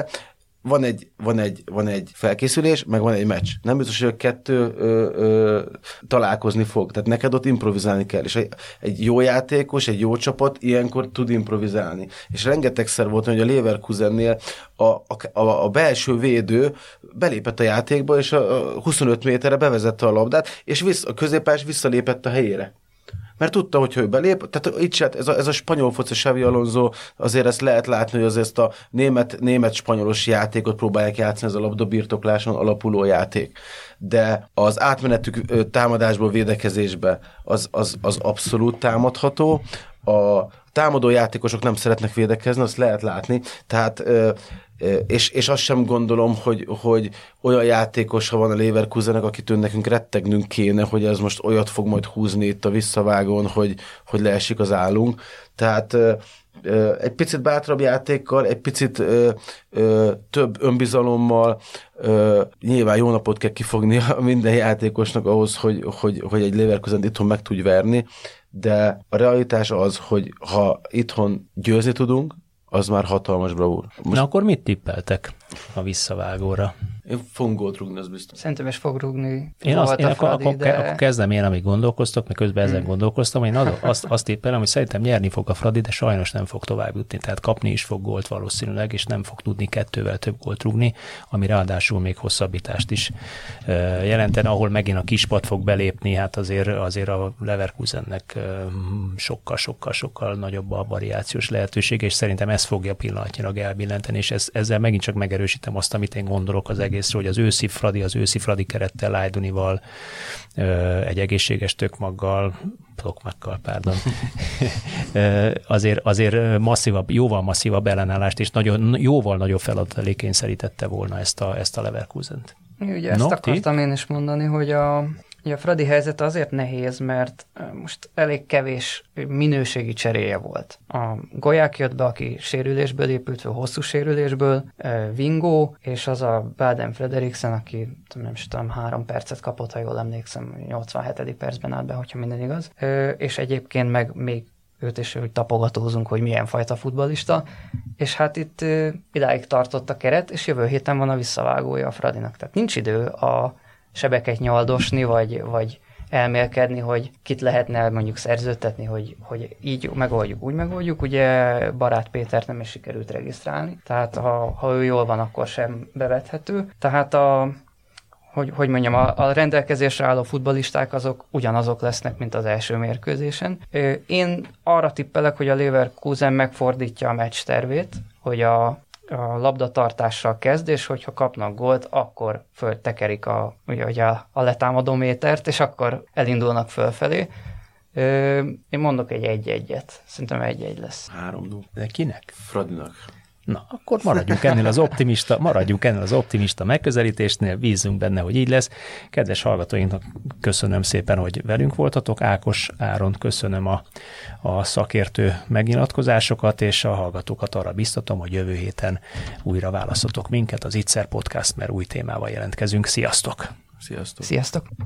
van egy felkészülés, meg van egy meccs. Nem biztos, hogy a kettő találkozni fog. Tehát neked ott improvizálni kell. És egy jó játékos, egy jó csapat ilyenkor tud improvizálni. És rengetegszer volt, hogy a Leverkusennél a belső védő belépett a játékba, és a 25 méterre bevezette a labdát, és a középpályás visszalépett a helyére. Mert tudta, hogy ő belép, tehát itt ez a spanyol foci, Xavi Alonso, azért ezt lehet látni, hogy ezt a német-spanyolos játékot próbálják játszani, ez a labdabirtokláson alapuló játék. De az átmenetük támadásból védekezésbe az abszolút támadható. A támadó játékosok nem szeretnek védekezni, azt lehet látni, tehát és azt sem gondolom, hogy olyan játékos, ha van a Leverkusennek, akitől nekünk rettegnünk kéne, hogy ez most olyat fog majd húzni itt a visszavágón, hogy leesik az állunk. Tehát egy picit bátrabb játékkal, egy picit több önbizalommal, nyilván jó napot kell kifogni minden játékosnak ahhoz, hogy egy Leverkusen itthon meg tudj verni, de a realitás az, hogy ha itthon győzni tudunk, az már hatalmas bravúr. Na akkor mit tippeltek a visszavágóra? Én fogunk gólt rúgni, az biztos. Szerintem is fog rúgni. Akkor kezdem én, amíg gondolkoztok, mert közben ezen gondolkoztam, én azt tippelem, hogy szerintem nyerni fog a Fradi, de sajnos nem fog tovább jutni, tehát kapni is fog gólt valószínűleg, és nem fog tudni 2-vel több gólt rúgni, ami ráadásul még hosszabbítást is jelentene, ahol megint a kispad fog belépni, hát azért a Leverkusennek sokkal nagyobb a variációs lehetőség, és szerintem ez fogja pillanatnyilag elbillenteni, és ezzel megint csak megerősítem azt, amit én gondolok az egészről, hogy az őszi Fradi kerettel, Lajdunival, egy egészséges Tökmaggal, azért jóval masszívabb ellenállást és jóval nagyobb feladat elé kényszerítette volna ezt a Leverkusent. Ugye ezt akartam én is mondani, hogy a Fradi helyzet azért nehéz, mert most elég kevés minőségi cseréje volt. A Golyák jött be, aki sérülésből épült, vagy hosszú sérülésből, Vingo, és az a Baden Frederiksen, aki nem tudom, 3 percet kapott, ha jól emlékszem, 87. percben állt be, hogyha minden igaz. És egyébként meg még őt is hogy tapogatózunk, hogy milyen fajta futballista, és hát itt idáig tartott a keret, és jövő héten van a visszavágója a Fradinak. Tehát nincs idő a sebeket nyaldosni, vagy elmélkedni, hogy kit lehetne mondjuk szerződtetni, hogy így megoldjuk, úgy megoldjuk. Ugye Barát Pétert nem is sikerült regisztrálni, tehát ha ő jól van, akkor sem bevethető. Tehát a rendelkezésre álló futballisták azok ugyanazok lesznek, mint az első mérkőzésen. Én arra tippelek, hogy a Leverkusen megfordítja a meccs tervét, hogy a labdatartással kezd, és hogyha kapnak gólt, akkor föltekerik a letámadó métert, és akkor elindulnak fölfelé. Én mondok egy 1-1-et. Szerintem 1-1 lesz. 3-0. De kinek? Fradinak. Na, akkor maradjunk ennél az optimista megközelítésnél, bízzunk benne, hogy így lesz. Kedves hallgatóinknak köszönöm szépen, hogy velünk voltatok. Ákos, Áron, köszönöm a szakértő megnyilatkozásokat, és a hallgatókat arra biztatom, hogy jövő héten újra választotok minket az Ittszer Podcast, mert új témával jelentkezünk. Sziasztok! Sziasztok! Sziasztok!